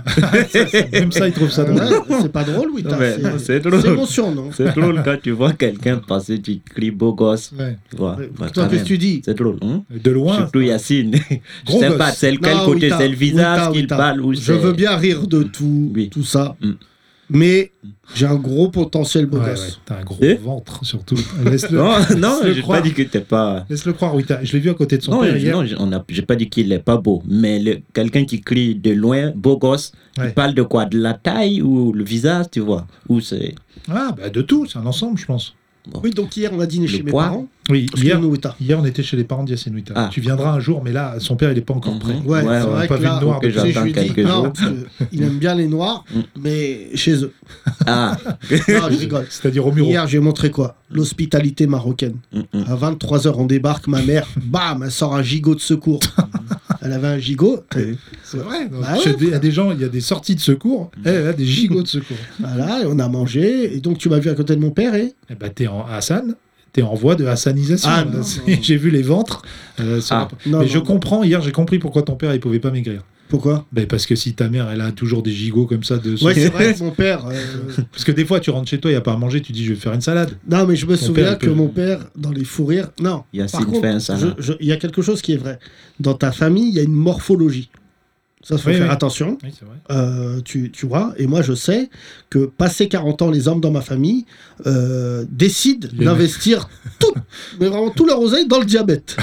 toi. Même ça, ils trouvent ça drôle. C'est pas drôle, oui. Non, mais c'est drôle. C'est mon surnom. C'est drôle quand tu vois quelqu'un passer, tu cries beau gosse. Ouais. Tu vois, Ouais, bah, toi, quand qu'est-ce que même. tu dis? C'est drôle. Hein? De loin. Surtout Yacine. Je Gros sais gosse. pas, c'est lequel Non, côté, Wita, c'est le visage Wita, qu'il Wita. parle ou Je c'est- veux bien rire de tout, Oui. tout ça. Mm. Mais j'ai un gros potentiel beau Ouais, ouais, gosse. t'as un gros Eh ventre, surtout. Laisse-le Non, non, laisse-le j'ai croire. pas dit que t'es pas. Laisse-le croire, oui. t'as- Je l'ai vu à côté de son Non, père je- hier. non, j'ai- on a- j'ai pas dit qu'il est pas beau, mais le- quelqu'un qui crie de loin, beau gosse, Ouais. il parle de quoi? De la taille ou le visage, tu vois? Ou c'est. Ah, bah de tout, c'est un ensemble, je pense. Oui, donc hier, on a dîné Le chez mes poids. parents. Oui, hier, Excuse-nous, Wita. hier, on était chez les parents d'Yacine Wita. Ah. Tu viendras un jour, mais là, son père, il est pas encore Mhm. prêt. Ouais, Ouais, c'est ouais, vrai pas que vu là, de noir tu sais, depuis je lui ai dit, quelques non, jours. parce que il aime bien les noirs, Mm. mais chez eux. Ah! Non, je rigole. C'est-à-dire au mur. Hier, j'ai montré quoi? L'hospitalité marocaine. Mm, mm. À vingt-trois heures, on débarque, ma mère, bam, elle sort un gigot de secours. Elle avait un gigot. C'est vrai. Bah Chez ouais. des- Il y a des gens, il y a des sorties de secours. Elle, elle a des gigots de secours. Voilà, et on a mangé. Et donc, tu m'as vu à côté de mon père, et Eh ben, t'es en Hassan. T'es en voie de hassanisation. Ah, là. non, C'est- non. J'ai vu les ventres. euh, sur Ah. la- Non, Mais non, je non. comprends, hier, j'ai compris pourquoi ton père, il pouvait pas maigrir. Pourquoi? Ben, parce que si ta mère, elle a toujours des gigots comme ça de Ouais, c'est vrai que mon père. euh, Parce que des fois, tu rentres chez toi, il n'y a pas à manger, tu dis, je vais faire une salade. Non, mais je me Ton souviens père, il que peut- mon père, dans les fous rires. Non. Yacine Par contre, fait un salade. je- je- il y a quelque chose qui est vrai. Dans ta famille, il y a une morphologie. Ça, il faut Oui, faire oui. attention. Oui, c'est vrai. Euh, tu, tu vois, et moi je sais que passé quarante ans, les hommes dans ma famille euh, décident Les d'investir tout, mais vraiment tout leur oseille dans le diabète.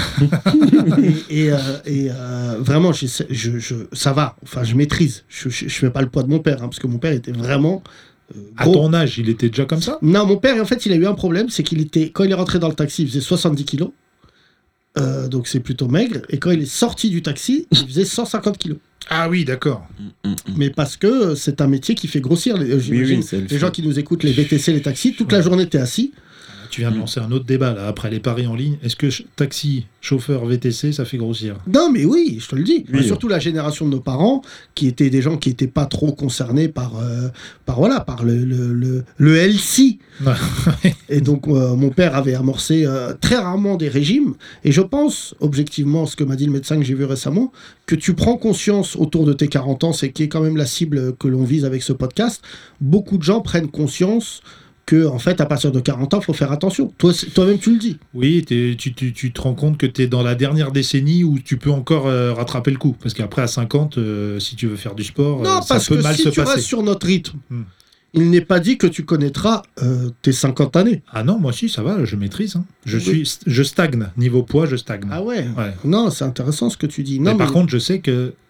et et, euh, et, euh, vraiment, j'essaie- je, je, ça va, enfin je maîtrise. Je, je, je fais pas le poids de mon père, hein, parce que mon père était vraiment euh, À gros. ton âge, il était déjà comme ça? Non, mon père, en fait, il a eu un problème, c'est qu'il était, quand il est rentré dans le taxi, il faisait soixante-dix kilos. Euh, donc c'est plutôt maigre. Et quand il est sorti du taxi, il faisait cent cinquante kilos. Ah oui, d'accord. Mm, mm. Mais parce que euh, c'est un métier qui fait grossir. Les, euh, j'imagine, oui, c'est le les fait. gens qui nous écoutent, les V T C, les taxis, toute la journée, t'es assis. Tu viens de lancer un autre débat, là, après les paris en ligne. Est-ce que ch- taxi, chauffeur, V T C, ça fait grossir? Non, mais oui, je te le dis. Oui. Et surtout la génération de nos parents, qui étaient des gens qui n'étaient pas trop concernés par, euh, par, voilà, par le, le, le, le healthy. Et donc, euh, mon père avait amorcé euh, très rarement des régimes. Et je pense, objectivement, ce que m'a dit le médecin que j'ai vu récemment, que tu prends conscience autour de tes quarante ans, c'est qui est quand même la cible que l'on vise avec ce podcast. Beaucoup de gens prennent conscience que, en fait, à partir de quarante ans, il faut faire attention. Toi, c'est- toi-même, tu le dis. Oui, t'es- tu, tu, tu te rends compte que tu es dans la dernière décennie où tu peux encore euh, rattraper le coup. Parce qu'après, à cinquante, euh, si tu veux faire du sport, Non, euh, ça parce peut que mal si se tu passer. restes sur notre rythme, Hmm. il n'est pas dit que tu connaîtras euh, tes cinquante années. Ah non, moi aussi, ça va, je maîtrise. hein. Je, Oui. suis, je stagne. Niveau poids, je stagne. Ah ouais, Ouais. Non, c'est intéressant ce que tu dis. Mais Non, par mais- contre, je sais que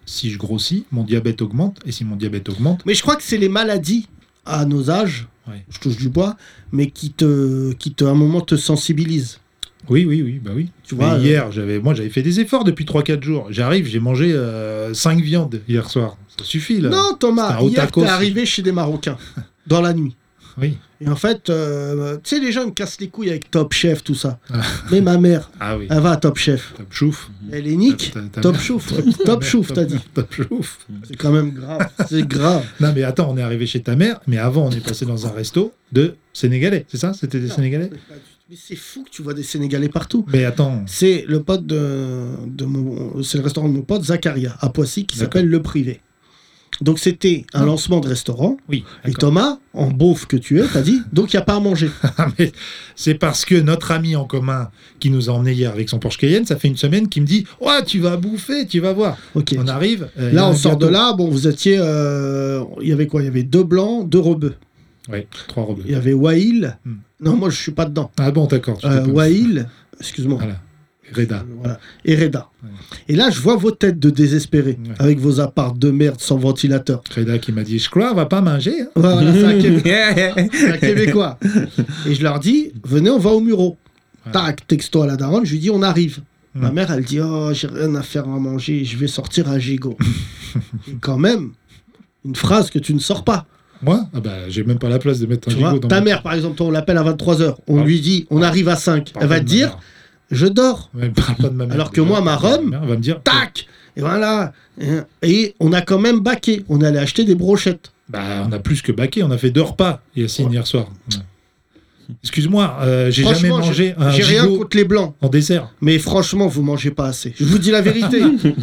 si je grossis, mon diabète augmente, et si mon diabète augmente... Mais je crois que c'est les maladies à nos âges, Ouais. je touche du bois, mais qui te, qui te, à un moment te sensibilisent. Oui, oui, oui, bah oui. Tu Mais vois, hier, j'avais, moi, j'avais fait des efforts depuis trois quatre jours. J'arrive, j'ai mangé cinq viandes hier soir. Ça suffit, là. Non, Thomas, C'était un hier, tacos. t'es arrivé chez des Marocains, dans la nuit. Oui. Et en fait, euh, tu sais, les gens ils me cassent les couilles avec Top Chef, tout ça. Ah. Mais ma mère, Ah oui. elle va à Top Chef. Top chouf. Elle est nique. Ta- ta- ta Top mère- chouf. Top chouf, t'as dit. Top chouf. C'est quand même grave. C'est grave. Non, mais attends, on est arrivé chez ta mère, mais avant, on est passé dans un resto de Sénégalais. C'est ça? C'était des Sénégalais? Mais c'est fou que tu vois des Sénégalais partout. Mais attends. C'est le pote de, de mon, c'est le restaurant de mon pote Zakaria à Poissy qui D'accord. s'appelle Le Privé. Donc c'était un Non. lancement de restaurant. Oui. Et d'accord. Thomas, en beauf que tu es, t'as dit, donc il n'y a pas à manger. Ah, mais c'est parce que notre ami en commun qui nous a emmenés hier avec son Porsche Cayenne, ça fait une semaine, qui me dit « Ouais, tu vas bouffer, tu vas voir. Ok. On arrive. euh, il y a Là, un on sort de gâteau. là. Bon, vous étiez. euh, Il y avait quoi? Il y avait deux blancs, deux rebeux. Ouais, trois robes. Il y avait Waïl. Hmm. Non, moi, je suis pas dedans. Ah bon, d'accord. tu t'es Euh, pas- Waïl, excuse-moi. Voilà. Reda. Voilà. Et Reda. Ouais. Et là, je vois vos têtes de désespérés, Ouais. avec vos apparts de merde sans ventilateur. Reda qui m'a dit « Je crois, on va pas manger. hein. Voilà, c'est un, Québécois. C'est un Québécois. Et je leur dis, venez, on va au Muro. Ouais. Tac, texto à la daronne, je lui dis, on arrive. Mm. Ma mère, elle dit, oh, j'ai rien à faire à manger, je vais sortir un gigot. Et quand même, une phrase que tu ne sors pas. Moi ah bah, j'ai même pas la place de mettre un Tu gigot vois, dans ta mon- mère, par exemple, toi, on l'appelle à vingt-trois heures. On Ah. lui dit, on arrive à cinq. Parle Elle va pas te de ma dire, mère. je dors. Ouais, parle pas de ma mère. Alors que déjà. moi, ma rhum, mère va me dire Tac. Et voilà. Et on a quand même baqué. On est allé acheter des brochettes. Bah, on a plus que baqué, on a fait deux repas, Yacine, hier soir. Ouais. Excuse-moi, euh, j'ai jamais Franchement, mangé un J'ai rien gigot contre les blancs. en dessert. Mais franchement, vous mangez pas assez. Je vous dis la vérité.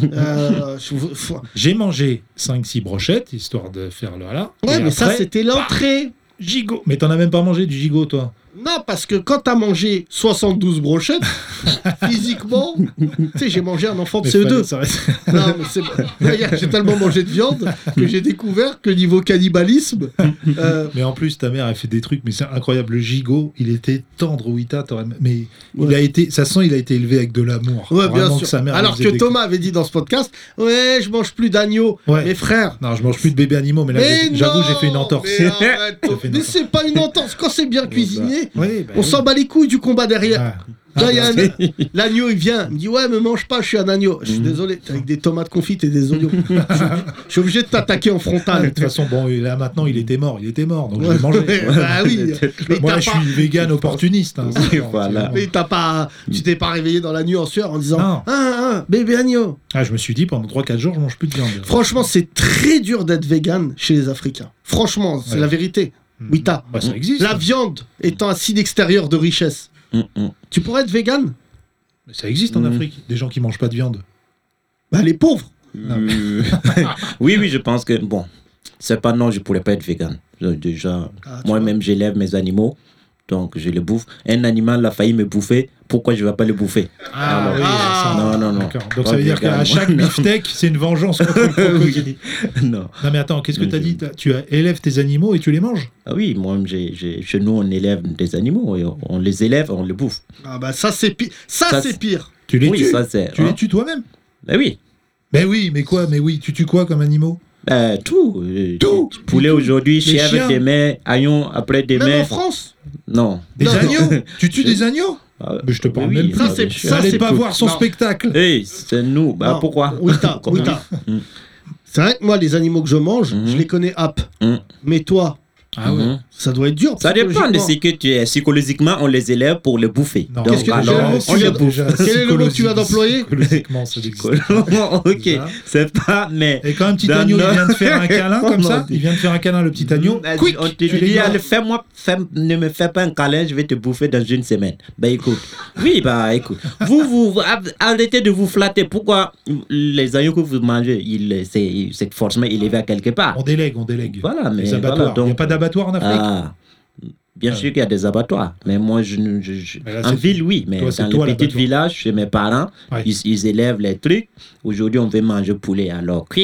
Euh, je vous- faut- J'ai mangé cinq six brochettes, histoire de faire le là. Ouais, Et mais ça, après, c'était l'entrée. gigot. Mais t'en as même pas mangé du gigot, toi. Non, parce que quand t'as mangé soixante-douze brochettes, physiquement, tu sais, j'ai mangé un enfant de Mais C E deux. fallait s'arrêter. Non, mais c'est Regarde, j'ai tellement mangé de viande que j'ai découvert que niveau cannibalisme, euh, Mais en plus, ta mère a fait des trucs, mais c'est incroyable. Le gigot, il était tendre, Wita. t'aurais- Mais il Ouais. a été, ça sent, il a été élevé avec de l'amour. ouais, bien Vraiment sûr. que sa mère Alors lui que faisait des- Thomas avait dit dans ce podcast, ouais, je mange plus d'agneau. Ouais. Mes frères. Non, je mange plus de bébés animaux, mais là, Mais j'ai- j'avoue, non, j'ai fait une entorse. Mais, arrête, J'ai fait une mais entorse. c'est pas une entorse. Quand c'est bien cuisiné, Oui, bah on oui. s'en bat les couilles du combat derrière. Ah. Là, Ah, il y a bah, un- l'agneau, il vient, il me dit ouais, me mange pas, je suis un agneau. Je suis désolé, t'es avec des tomates confites et des oignons. je, suis, je suis obligé de t'attaquer en Ah, de frontal. toute façon, bon, là maintenant, il était mort. Il était mort, donc je Ouais, l'ai mangé. ouais, bah oui. Mais Moi, t'as je pas- suis vegan opportuniste. hein, c'est bon, Voilà. c'est bon. Mais t'as pas, tu t'es pas réveillé dans la nuit en sueur en disant Non. ah, ah, bébé agneau. Ah, je me suis dit, pendant trois quatre jours, je mange plus de viande. Franchement, c'est très dur d'être vegan chez les Africains. Franchement, c'est Ouais. la vérité. Hmm. Oui, t'as. Bah, ça existe. La viande étant un signe extérieur de richesse. Mm, mm. Tu pourrais être vegan? Mais ça existe en Mm. Afrique. Des gens qui mangent pas de viande. Bah, les pauvres. Euh, oui, oui, je pense que, bon, c'est pas non, je pourrais pas être vegan. Je- Déjà, Ah, tu moi-même, j'élève mes animaux, donc je les bouffe. Un animal a failli me bouffer, pourquoi je vais pas le bouffer? Ah, Alors, oui, ah, ça- non, non, non. D'accord. Donc Pas ça veut dire vegan, qu'à moi. chaque Non. beefsteak, c'est une vengeance contre le crocodile. Non. Non mais attends, qu'est-ce que Oui, t'as je- dit? T'as- Tu as- élèves tes animaux et tu les manges? Ah oui, moi, j'ai, j'ai- chez nous, on élève des animaux, et on, on les élève, on les bouffe. Ah, bah, ça, c'est pire. Ça, Ça, c'est c'est- pire. Tu les oui, tues? ça c'est. Tu hein. les tues toi-même? Ben oui. Mais oui, mais quoi? Mais oui, tu tues quoi comme animaux? Ben, tout. euh, Tout. Poulet aujourd'hui, Les chèvre chiens. demain, agnon après Même demain. en France. Non. Des Non, non. agneaux? Tu tues des agneaux? Ah, Mais je te parle oui, même oui, plus. Ça, c'est- je- ça, Allez c'est pas peu- voir son non. spectacle. Hey, c'est nous. Bah Non. pourquoi? Oui, t'as. Comment- Oui, t'as. Mm. C'est vrai que moi, les animaux que je mange, Mhm. je les connais app. Mm. Mais toi, Ah ouais. Mhm. ça doit être dur. Ça dépend de psychologiquement. ce que tu es. Psychologiquement, on les élève pour les bouffer. Non. Qu'est-ce que- alors, quel est le mot on que tu les viens de- bouffe. Quel est le mot que tu viens d'employer? Psychologiquement, ça existe. ok, Ça. c'est pas, mais. Et quand un petit Dans agneau, il notre- vient de faire un câlin comme Comment ça, on dit il vient de faire un câlin, le petit agneau. Vas-y, Quick, on te tu dit, l'égores. allez, fais-moi, fais- ne me fais pas un câlin, je vais te bouffer dans une semaine. Bah écoute, oui, bah écoute, vous, vous, arrêtez de vous flatter. Pourquoi les agneaux que vous mangez, il, c'est, c'est forcément élevé à quelque part. On délègue, on délègue. Voilà, mais Les abattoirs. voilà, Il n'y a donc- pas d'abattoir en Afrique? Ah, bien Ah. sûr qu'il y a des abattoirs, mais moi, je, ne- je, je- Mais là, en c'est- ville, oui, mais toi, c'est dans toi, les petits l'abattoir. villages, chez mes parents, Ouais. ils, ils élèvent les trucs. Aujourd'hui, on veut manger poulet, alors cric,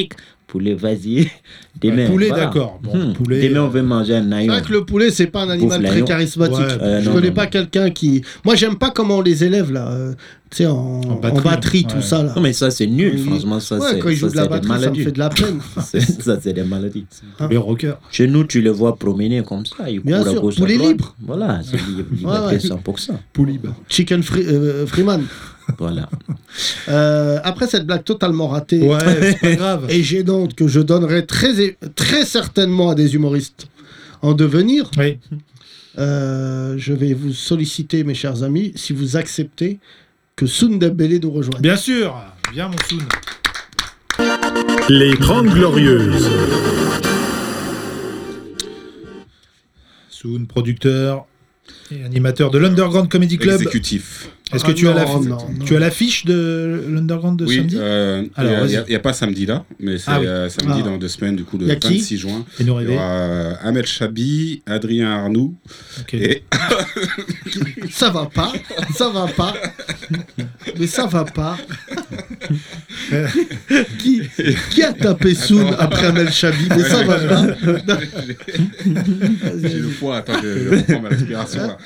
Poulet, vas-y. Demain, Ouais, poulet, voilà. d'accord. Bon, Hmm. poulet, Demain, on euh, veut manger un C'est naïon. vrai que le poulet, c'est pas un animal Bouffe très l'agneau. charismatique. Ouais, euh, je non, connais non, pas non. quelqu'un qui. Moi, j'aime pas comment on les élève là. euh, Tu sais, en, En en batterie, batterie, ouais. tout ça là. Non, mais ça, c'est nul, Oui. franchement. Ça, Ouais, c'est, quand ils ça, jouent de la c'est des batterie, ça me maladies. fait de la peine. C'est- ça, c'est des maladies. poulet rocker. Chez nous, tu le vois promener comme ça. Il Bien court à sûr, gauche, à poulet droite. libre. Voilà, c'est libre, liberté Ouais, ouais. cent pour cent. Poulib. Chicken free- euh, Freeman. Voilà. Euh, après cette blague totalement ratée Ouais, c'est pas grave. et gênante que je donnerai très, très certainement à des humoristes en devenir, Oui. euh, je vais vous solliciter, mes chers amis, si vous acceptez que Soun Dembélé nous rejoigne. Bien sûr. Viens, mon Soun. Les Trente Glorieuses. Soun, producteur et animateur de l'Underground Comedy Club. Exécutif. Est-ce que Ah tu, as la non, fi- non, non. tu as l'affiche de l'Underground de Oui, samedi euh, Alors, il n'y a, vas-y. il y a pas samedi là, mais c'est Ah oui. euh, samedi Ah. dans deux semaines, du coup, le Il y a qui vingt-six juin. Et nous Il y rêver. aura euh, Ahmed Chabi, Adrien Arnoux Ok. et Ça va pas, ça va pas, mais ça va pas. qui, qui a tapé Soun après Amel Chabi? Mais ça va pas. j'ai le foie. Attends, je, je reprends ma respiration là.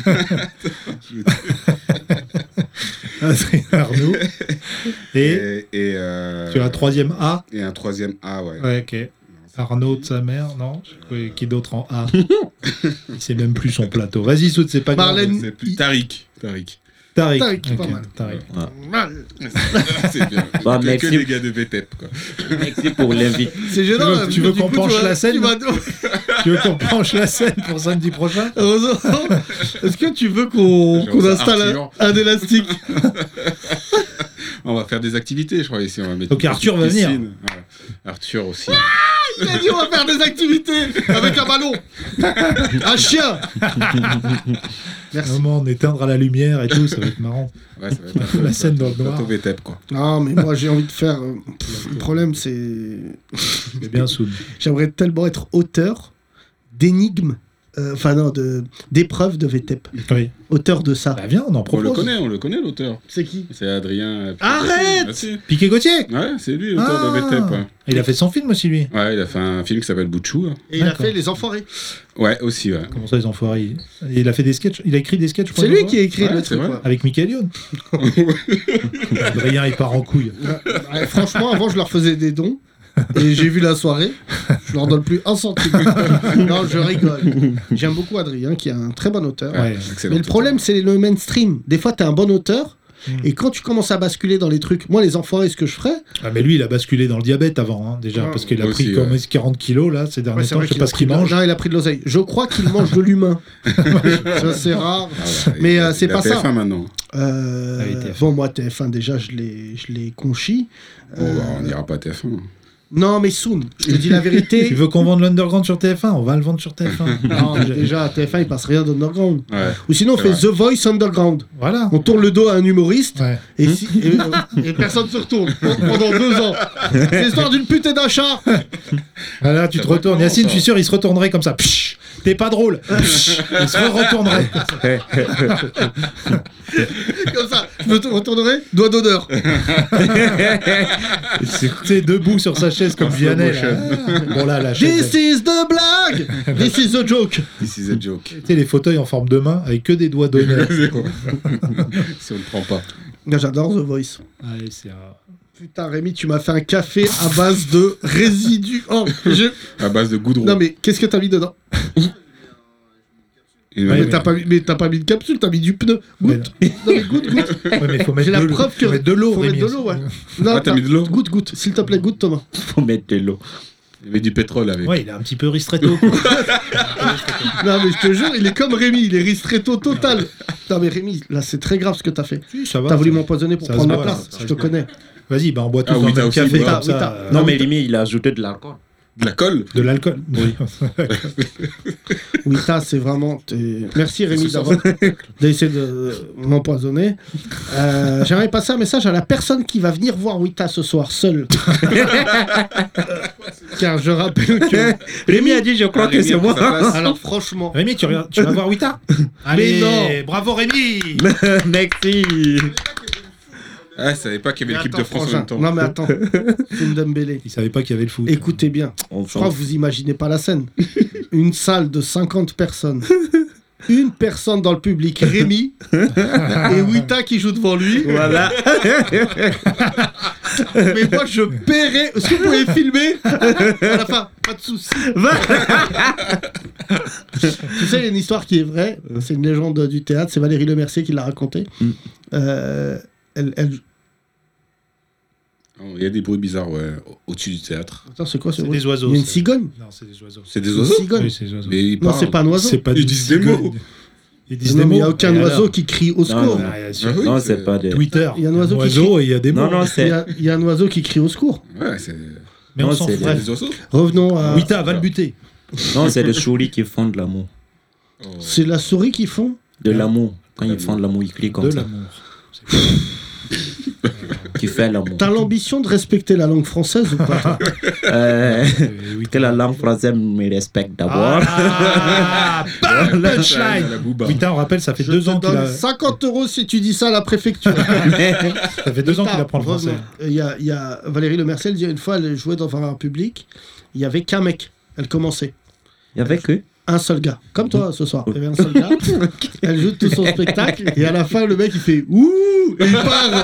Adrien Arnaud. Et, Et, et, euh, tu as un troisième A. et un troisième A, ouais. Ouais, ok. Arnaud de sa mère, non Oui, qui d'autre en A? Il sait même plus son plateau. Vas-y, Soud, c'est pas grave. Marlène- C'est plus Tariq. Tariq. Tariq. Tariq, Ok, pas mal. Tariq. Mal. C'est bien. Bah, que, merci. que des gars de V T E P, quoi. Merci pour l'invite. C'est gênant. Tu veux- là, tu parce veux que du qu'on coup, penche tu vas- la scène tu vas- Tu veux qu'on penche la scène pour samedi prochain? Heureusement. Est-ce que tu veux qu'on Genre qu'on ça, installe Arthur. un, un élastique? On va faire des activités, je crois, ici. On va mettre Donc une Arthur petite va venir. piscine. Ouais. Arthur aussi. Il a dit on va faire des activités avec un ballon. Un chien. Merci. Vraiment, on éteindra la lumière et tout, ça va être marrant. Ouais, ça va être La scène dans le noir. Au V T E P, quoi. Non, mais moi j'ai envie de faire. euh, pff, le problème, c'est. C'est bien, Soud. J'aimerais tellement être auteur d'énigmes. euh, Enfin, non, de- d'épreuves de V T E P. Oui. Auteur de ça. Bah viens, on en On propose. le connaît, on le connaît, l'auteur. C'est qui? C'est Adrien. Arrête Ah, si. Piqué Gauthier. Ouais, c'est lui, l'auteur de V T E P. Ouais. Il a fait son film aussi, lui. Ouais, il a fait un film qui s'appelle Bouchou. hein. Et il a D'accord. fait Les Enfoirés. Ouais, aussi, ouais. Comment ça, les enfoirés? Il a fait des sketchs. Il a écrit des sketchs. pour C'est les lui enfoirés qui a écrit Ouais, le c'est truc. vrai. quoi. Avec Michael Youn. Adrien, il part en couille. Ouais, franchement, avant, je leur faisais des dons. Et j'ai vu la soirée, je leur donne plus un centime. Non, je rigole. J'aime beaucoup Adrien, qui est un très bon auteur. Ouais. Excellent. Mais le problème, c'est le mainstream. Des fois, t'es un bon auteur, Mm. et quand tu commences à basculer dans les trucs, moi, les enfoirés, ce que je ferais, Ah, mais lui, il a basculé dans le diabète avant, hein, déjà, Ouais, parce qu'il a aussi, pris comme ouais. quarante kilos, là, ces derniers ouais, c'est temps. vrai Je sais qu'il pas a ce pris qu'il de- mange. Non, il a pris de l'oseille. Je crois qu'il mange de l'humain. Ça, c'est rare. Ah ouais, Mais, il a- euh, c'est il a pas T F un ça. maintenant. Euh, Ah oui, T F un. bon, moi, T F un, déjà, je l'ai je l'ai conchi. Bon, Euh, bah, on n'ira pas à T F un. Non, mais soon, je te dis la vérité. Tu veux qu'on vende l'Underground sur T F un? On va le vendre sur T F un. Non, mais déjà, à T F un, il passe rien d'underground. Ouais. Ou sinon, on C'est fait vrai. The Voice Underground. Voilà. On tourne le dos à un humoriste. Ouais. Et, si, et, euh, et personne se retourne pendant deux ans. C'est l'histoire d'une pute et d'un chat. Voilà, tu te Ça va retournes. comment, Yacine, ça je suis sûr, il se retournerait comme ça. Psh, t'es pas drôle. Psh, il se retournerait. Comme ça, je me retournerai, doigt d'honneur. Tu sais, debout sur sa chaise comme Vianney. Là. Bon, là, la chaise. This is the blague. This is the joke. This is a joke. Tu sais, les fauteuils en forme de main avec que des doigts d'honneur. Si on ne prend pas. Là, j'adore The Voice. Allez, c'est un... Putain, Rémi, tu m'as fait un café à base de résidus. Oh, je- À base de goudron. Non, mais qu'est-ce que t'as mis dedans? Il Ouais, Mais m'a- t'as pas, mis- mais t'as pas mis de capsule, t'as mis du pneu. Goûte. Non, mais goûte, goûte. Ouais, mais il faut mettre J'ai la de l'eau. preuve que. Faut mettre de l'eau, Faut mettre Rémi. de l'eau, ouais. Non, Ah, t'as mis de l'eau Goûte, goûte. S'il te plaît, goûte, Thomas. Faut mettre de l'eau. Il y avait du pétrole avec. Ouais, il est un petit peu ristretto. quoi. Non, mais je te jure, il est comme Rémi, il est ristretto total. Non, mais Rémi, là, c'est très grave ce que t'as fait. Si, ça va. T'as voulu ça- m'empoisonner pour ça prendre se ma voit, place, ça je se te voit. connais. Vas-y, bah on boit tous Ah, dans oui, le t'as même aussi, café oui, comme t'as- ça. oui, t'as- euh, Non, oui, mais t'as- Rémi, il a ajouté de l'alcool. De la colle. De l'alcool. Oui. Oui, ça, c'est vraiment. t'es- Merci Rémi C'est ça. d'avoir d'essayer de m'empoisonner. Euh, J'aimerais passer un message à la personne qui va venir voir Wita ce soir seule. Car je rappelle que. Rémi a dit, je crois Ah, que Rémi c'est a pris sa moi. place. Alors franchement. Rémi, tu, regardes- tu vas voir Wita? Allez, non. bravo Rémi. Merci. Ah, je savais pas qu'il y avait l'équipe de Attends, France en Frangin. même temps. Non mais attends, Dembélé. Il savait pas qu'il y avait le foot. Écoutez bien, On je crois que vous imaginez pas la scène. Une salle de cinquante personnes. Une personne dans le public, Rémi, et Wita qui joue devant lui. Voilà. Mais moi, je paierais. Est-ce que vous pouvez filmer à la fin? Pas de soucis. Tu sais, il y a une histoire qui est vraie. C'est une légende du théâtre. C'est Valérie Lemercier qui l'a racontée. Mm. Euh, elle, elle... Oh, il y a des bruits bizarres, ouais, au- au-dessus du théâtre. Attends, c'est quoi ce C'est bruit des oiseaux. Il y a une c'est- cigogne. Non, c'est des oiseaux. C'est des Une oiseaux cigogne. Oui, c'est des oiseaux. Mais ils Non, parlent. c'est pas un oiseau. C'est pas Ils des disent des cigognes. mots. Ils disent Non, des mais il mots. n'y a aucun Et oiseau alors qui crie au secours. non. Ah, bien sûr. Ah oui, Non, c'est- c'est pas des. Twitter. Il y a un oiseau qui oiseau et il y a des mots. Non, non, Il y, c'est. a, il y a un oiseau qui crie au secours. Ouais, c'est Mais Non, on s'en c'est fout. des- des oiseaux. Revenons à. Wita, va le buter. Non, c'est des souris qui font de l'amour. Oh. C'est la souris qui font. De l'amour. Quand ils font de l'amour, ils crient comme De ça. l'amour. Tu fais l'amour. T'as l'ambition de respecter la langue française ou pas? Euh, Euh, Wita. que la langue française me respecte d'abord. Ah, bam, La punchline. booba. Wita, on rappelle, ça fait Je deux te ans qu'il donne a. cinquante euros si tu dis ça à la préfecture. Ça fait deux ans qu'il apprend le français. Revenons. Il y a, il y a Valérie Lemercier, elle dit une fois, elle jouait dans un public, il y avait qu'un mec. Elle commençait. Il y avait que. Un seul gars. Comme toi ce soir. Il y avait un seul gars. Elle joue tout son spectacle et à la fin, le mec il fait ouh et il part.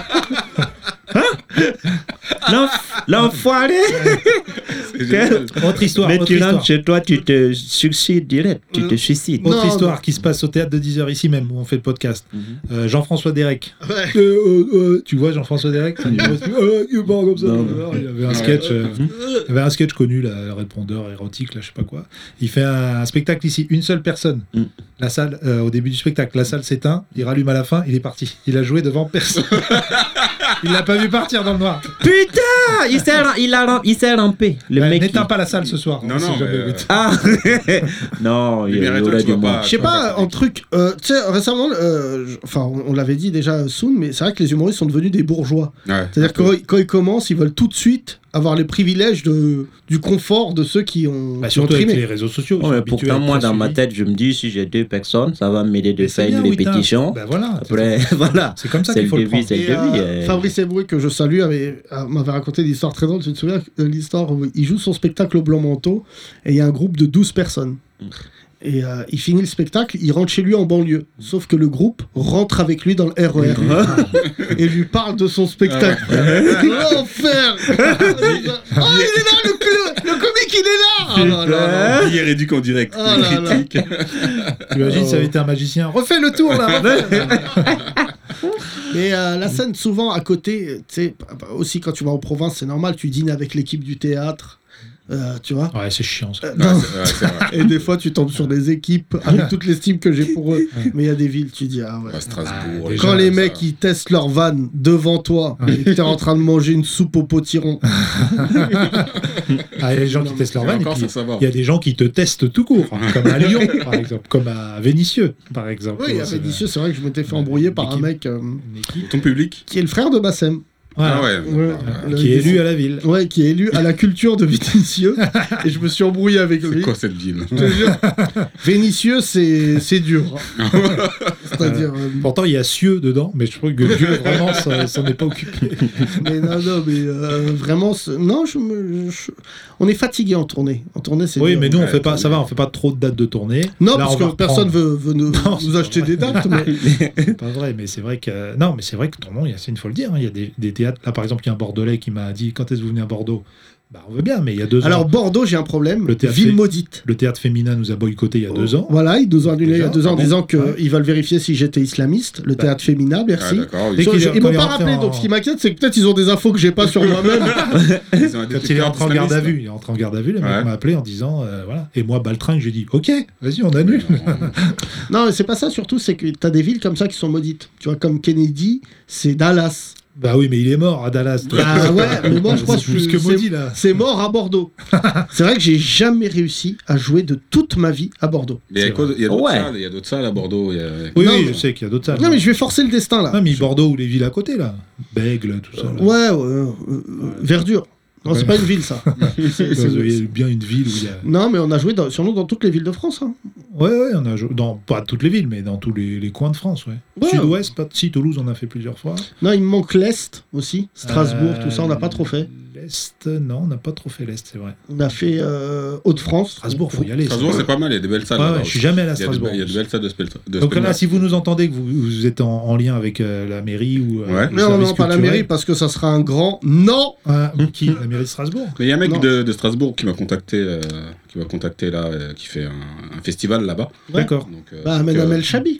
L'enf- L'enfoiré. C'est génial. Autre histoire. Mais autre tu histoire. rentres chez toi, tu te suicides direct. Tu te suicides. Non, Autre histoire mais- qui se passe au théâtre de dix heures ici même où on fait le podcast. Mhm. Euh, Jean-François Derek. Ouais. Euh, euh, euh, tu vois Jean-François Derek il euh, il parle comme ça. Non, Alors, il y avait un sketch, euh, il y avait un sketch connu, là, le répondeur érotique, là, je sais pas quoi. Il fait un, un spectacle ici, une seule personne. Mm. La salle, euh, au début du spectacle, la salle s'éteint, il rallume à la fin, il est parti. Il a joué devant personne. Il l'a pas vu partir dans le noir. Putain, il s'est, il a, il s'est rampé. Le Ouais, mec. N'éteins il- pas la salle ce soir. Non, on sait non, jamais. mais, euh, Ah non, il y Libère-toi, aurait tu du vas monde. pas- Je sais pas, un truc. euh, tu sais, récemment, euh, je- enfin, on, on l'avait dit déjà soon, mais c'est vrai que les humoristes sont devenus des bourgeois. Ouais. C'est-à-dire que quand, ils- quand ils commencent, ils veulent tout de suite avoir les privilèges de, du confort de ceux qui ont, Bah, qui ont surtout avec trimé. les réseaux sociaux. ils Ouais, sont mais habitués à pourtant, être moi, très dans ma suivis. tête, je me dis, si j'ai deux personnes, ça va m'aider de Mais c'est faire bien, une Wita. répétition. Bah voilà. Après, voilà. C'est comme ça C'est qu'il le faut le début, prendre. c'est le Et, début. euh, euh, Fabrice Eboué, que je salue, avait, euh, m'avait raconté une histoire très drôle. Tu te souviens de l'histoire où il joue son spectacle au blanc manteau et il y a un groupe de douze personnes. Mm. Et euh, il finit le spectacle, il rentre chez lui en banlieue. Sauf que le groupe rentre avec lui dans le R E R et lui parle de son spectacle. L'enfer. Oh, il est là, le, le, le comique, il est là. Oh là là là. Hier éduque en direct. Oh là là. Critique. T'imagines, ça avait été un magicien. Refais le tour là. refais. Mais euh, la scène, souvent à côté, tu sais, aussi quand tu vas en province, c'est normal, tu dînes avec l'équipe du théâtre, euh, tu vois. Ouais, c'est chiant ça. Euh, Ouais, non. c'est- ouais, c'est vrai. Et des fois, tu tombes sur des équipes avec toute l'estime que j'ai pour eux. Mais il y a des villes, tu dis, ah ouais. Ouais, Strasbourg. Ah, les déjà, Quand gens, les ça- mecs ils testent leur vanne devant toi et que t'es en train de manger une soupe au potiron. Ah, il y a des gens qui testent leur Et vanne et encore, puis ça, ça va. il y a des gens qui te testent tout court, hein, comme à Lyon par exemple, comme à Vénissieux par exemple. Oui, à C'est Vénissieux, c'est vrai que je m'étais fait embrouiller par un L'équipe. mec euh, une équipe. Ton public. qui est le frère de Bassem. Voilà. Ah ouais. Ouais. Euh, Le- qui est élu à la ville. Ouais, qui est élu à la culture de Vénissieux. Et je me suis embrouillé avec C'est lui. quoi cette ville Je te jure. Vénissieux, c'est c'est dur. hein. C'est-à-dire. euh, Pourtant il y a cieux dedans, mais je trouve que Dieu vraiment ça- s'en est pas occupé. Mais non, non, mais euh, vraiment, c'est- non, je me, je- on est fatigué en tournée. En tournée, c'est Oui, dur. mais nous on Ouais, fait pas, tant ça va, on fait pas trop de dates de tournée. Non, Là, parce on va que personne reprendre. veut, veut nous, Non, nous c'est acheter pas des vrai. dates. Mais... C'est pas vrai, mais c'est vrai que non, mais c'est vrai que Tournon, il y a, c'est- il faut le dire, hein, il y a des, des théâtres. Là, par exemple, il y a un Bordelais qui m'a dit quand est-ce que vous venez à Bordeaux. Bah, on veut bien, mais il y a deux Alors, ans, Bordeaux, j'ai un problème. Le théâtre Ville fait- maudite. le théâtre féminin nous a boycotté il y a deux ans. Voilà, ils nous ont annulé il y a Déjà, deux ans ah en bon disant Ouais. qu'ils veulent vérifier si j'étais islamiste. Le Bah. théâtre féminin, Ah, merci. d'accord. Dès Ils Sur- qu'il ils est- quand m'ont il est pas rentré rappelé, en- donc ce qui m'inquiète, c'est que peut-être ils ont des infos que j'ai pas sur moi-même. ont un Quand détecteur il est rentré en garde à islamiste. vue, il est rentré en garde à vue, le mec Ouais. m'a appelé en disant euh, voilà. Et moi, Baltringue, j'ai dit ok, vas-y, on annule. Non, mais c'est pas ça, surtout, c'est que t'as des villes comme ça qui sont maudites. Tu vois, comme Kennedy, c'est Dallas. Bah oui, mais il est mort à Dallas. toi. Ah ouais, mais moi je crois que c'est plus je- que c'est- maudit là. C'est mort à Bordeaux. C'est vrai que j'ai jamais réussi à jouer de toute ma vie à Bordeaux. Mais il y a C'est quoi de- il y a d'autres Ouais. salles, il y a d'autres salles à Bordeaux. il y a- Oui, Non, oui, mais- je sais qu'il y a d'autres salles. Non mais je vais forcer le destin là. Non, mais Bordeaux ou les villes à côté là, Bègle, tout ça. là. Ouais, ouais, euh, euh, Verdure. Non, c'est Ouais. pas une ville ça. C'est- Il y c'est- a bien une ville où il y a. Non, mais on a joué dans, sur nous dans toutes les villes de France. hein. Ouais, ouais, on a joué dans pas toutes les villes, mais dans tous les, les coins de France, ouais. Ouais. Sud-Ouest, pas si Toulouse, on a fait plusieurs fois. Non, il me manque l'Est aussi, Strasbourg, Euh, tout ça, on n'a pas trop fait. L'Est, non, on n'a pas trop fait l'Est, c'est vrai. On a fait euh, Hauts-de-France. Strasbourg, faut y aller. Strasbourg, ça. c'est pas mal, il y a des belles salles. Ouais, là-bas ouais, je suis aussi. jamais allé à Il y a de- Strasbourg. Il y a de belles salles de spell. de Donc là, spell- si vous nous entendez que vous, vous êtes en, en lien avec euh, la mairie ou euh, Ouais. le Non, service non, pas la culturel- mairie, parce que ça sera un grand non. Ah, qui La mairie de Strasbourg. Mais il y a un mec Non. de, de Strasbourg qui m'a contacté, euh, qui m'a contacté là, euh, qui fait un, un festival là-bas. Ouais. D'accord. Donc, euh, Bah, donc, amène euh, Amel Chabi.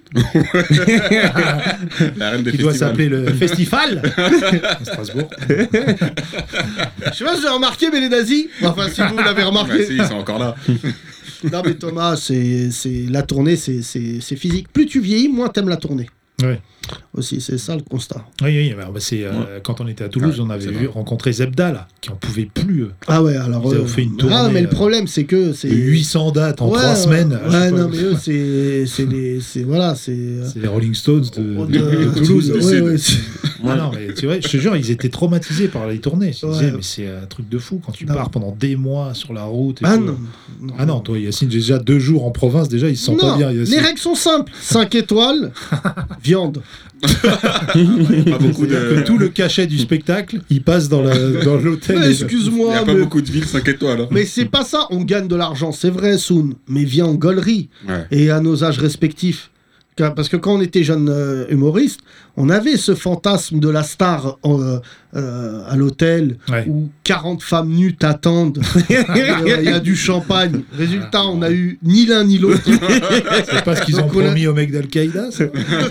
la reine des Qui doit festivals. s'appeler le Festival à Strasbourg. Je sais pas si vous avez remarqué, mais les nazis. Enfin, si vous l'avez Bah, remarqué. si, ils sont encore là. Non, mais Thomas, c'est, c'est... la tournée, c'est, c'est, c'est physique. Plus tu vieillis, moins t'aimes la tournée. Ouais. Aussi, c'est ça le constat. Oui, oui, bah, bah, c'est, euh, quand on était à Toulouse, Ouais, on avait c'est vu, vrai. rencontré Zebda, là, qui en pouvait plus. euh, Ah ouais, alors. Ils avaient fait une tournée, ah, mais le euh, problème, c'est que. C'est... huit cents dates en Ouais, trois ouais. semaines. je sais Ouais, pas. non, mais eux, c'est. C'est les. C'est, voilà, c'est. euh, C'est les Rolling Stones de, de- de- de Toulouse. du Ouais, Sud. ouais, c'est- Ah non, mais tu vois, je te jure, ils étaient traumatisés par les tournées. Ils se disaient, Ouais. mais c'est un truc de fou quand tu Non. pars pendant des mois sur la route. Et Ah tout. non. Ah non, toi, Yacine, j'ai déjà deux jours en province, déjà, ils se sentent Non, pas bien. Yacine. les règles sont simples. cinq étoiles, viande. Pas beaucoup C'est-à-dire que de. tout le cachet du spectacle, il passe dans, la, dans l'hôtel. Mais Et- Il excuse-moi, n'y a pas mais... beaucoup de villes cinq étoiles. hein. mais c'est pas ça. On gagne de l'argent, c'est vrai, Soun. Mais viens en gaulerie. Ouais. Et à nos âges respectifs. Car- Parce que quand on était jeune euh, humoriste, on avait ce fantasme de la star euh, euh, à l'hôtel Ouais. où quarante femmes nues t'attendent. Et, euh, Il y a du champagne. Résultat, on a eu ni l'un ni l'autre. C'est pas ce qu'ils ont Donc on a- promis au mec d'Al-Qaïda, ça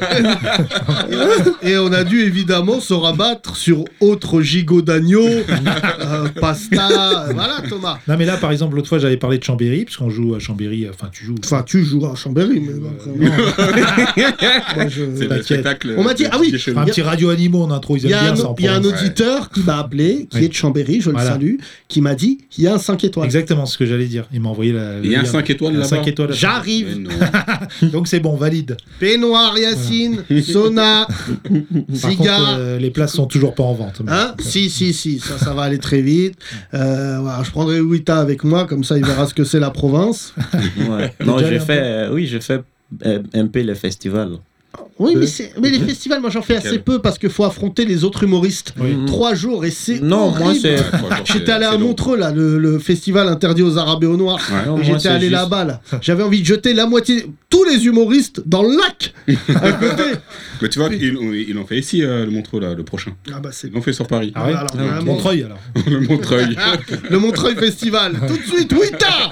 Et on a dû évidemment se rabattre sur autre gigot d'agneau, euh, pasta. euh, Voilà, Thomas. Non, mais là, par exemple, l'autre fois, j'avais parlé de Chambéry, parce qu'on joue à Chambéry, enfin, tu joues. Enfin, tu joues à Chambéry, mais non, Euh, vraiment. Moi, je- C'est le T'inquiète. spectacle. On m'a dit- de ah oui, Didier un Chelou. petit radio animaux en intro, ils Il y aiment a bien un, ça en il y a un province. auditeur qui m'a appelé, qui Oui. est de Chambéry, je Voilà. le salue, qui m'a dit il y a un cinq étoiles. Exactement ce que j'allais dire. Il m'a envoyé la. Il y a un le lien. cinq étoiles Un là-bas. cinq étoiles. J'arrive. Mais non. Donc c'est bon, valide. Peignoir, Yacine, sauna, Par cigare. contre, euh, les places sont toujours pas en vente. Hein Si, si, si, ça, ça va aller très vite. Euh, voilà, je prendrai Wita avec moi, comme ça il verra ce que c'est la province. Ouais. Non, déjà je allé un fais, euh, oui, je fais euh, un peu le festival. Oui, Euh. mais, c'est- mais les festivals, moi j'en fais assez Quel- peu parce qu'il faut affronter les autres humoristes. Oui. Mhm. Trois jours et c'est. Non, moi, horrible. c'est- Ouais, trois jours, J'étais c'est- allé à c'est long. Montreux, là, le, le festival interdit aux Arabes et aux Noirs. Ouais. Non, Et moi, J'étais c'est allé juste- là-bas, là. J'avais envie de jeter la moitié, tous les humoristes dans le lac à côté. Mais tu vois, ils ils l'ont fait ici, euh, le Montreux, là, le prochain. Ah bah c'est Ils l'ont fait sur Paris. Ah ouais Alors, Ah, vraiment. Montreuil alors. Le Montreuil. Ah, le Montreuil Festival. Tout de suite, Wita.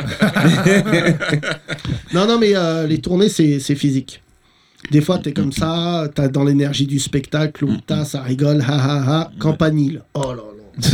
Non, non, mais euh, les tournées, c'est c'est physique. Des fois, t'es comme ça, t'as dans l'énergie du spectacle, Wita, ça rigole, ha ha ha. Campanile. Oh là là.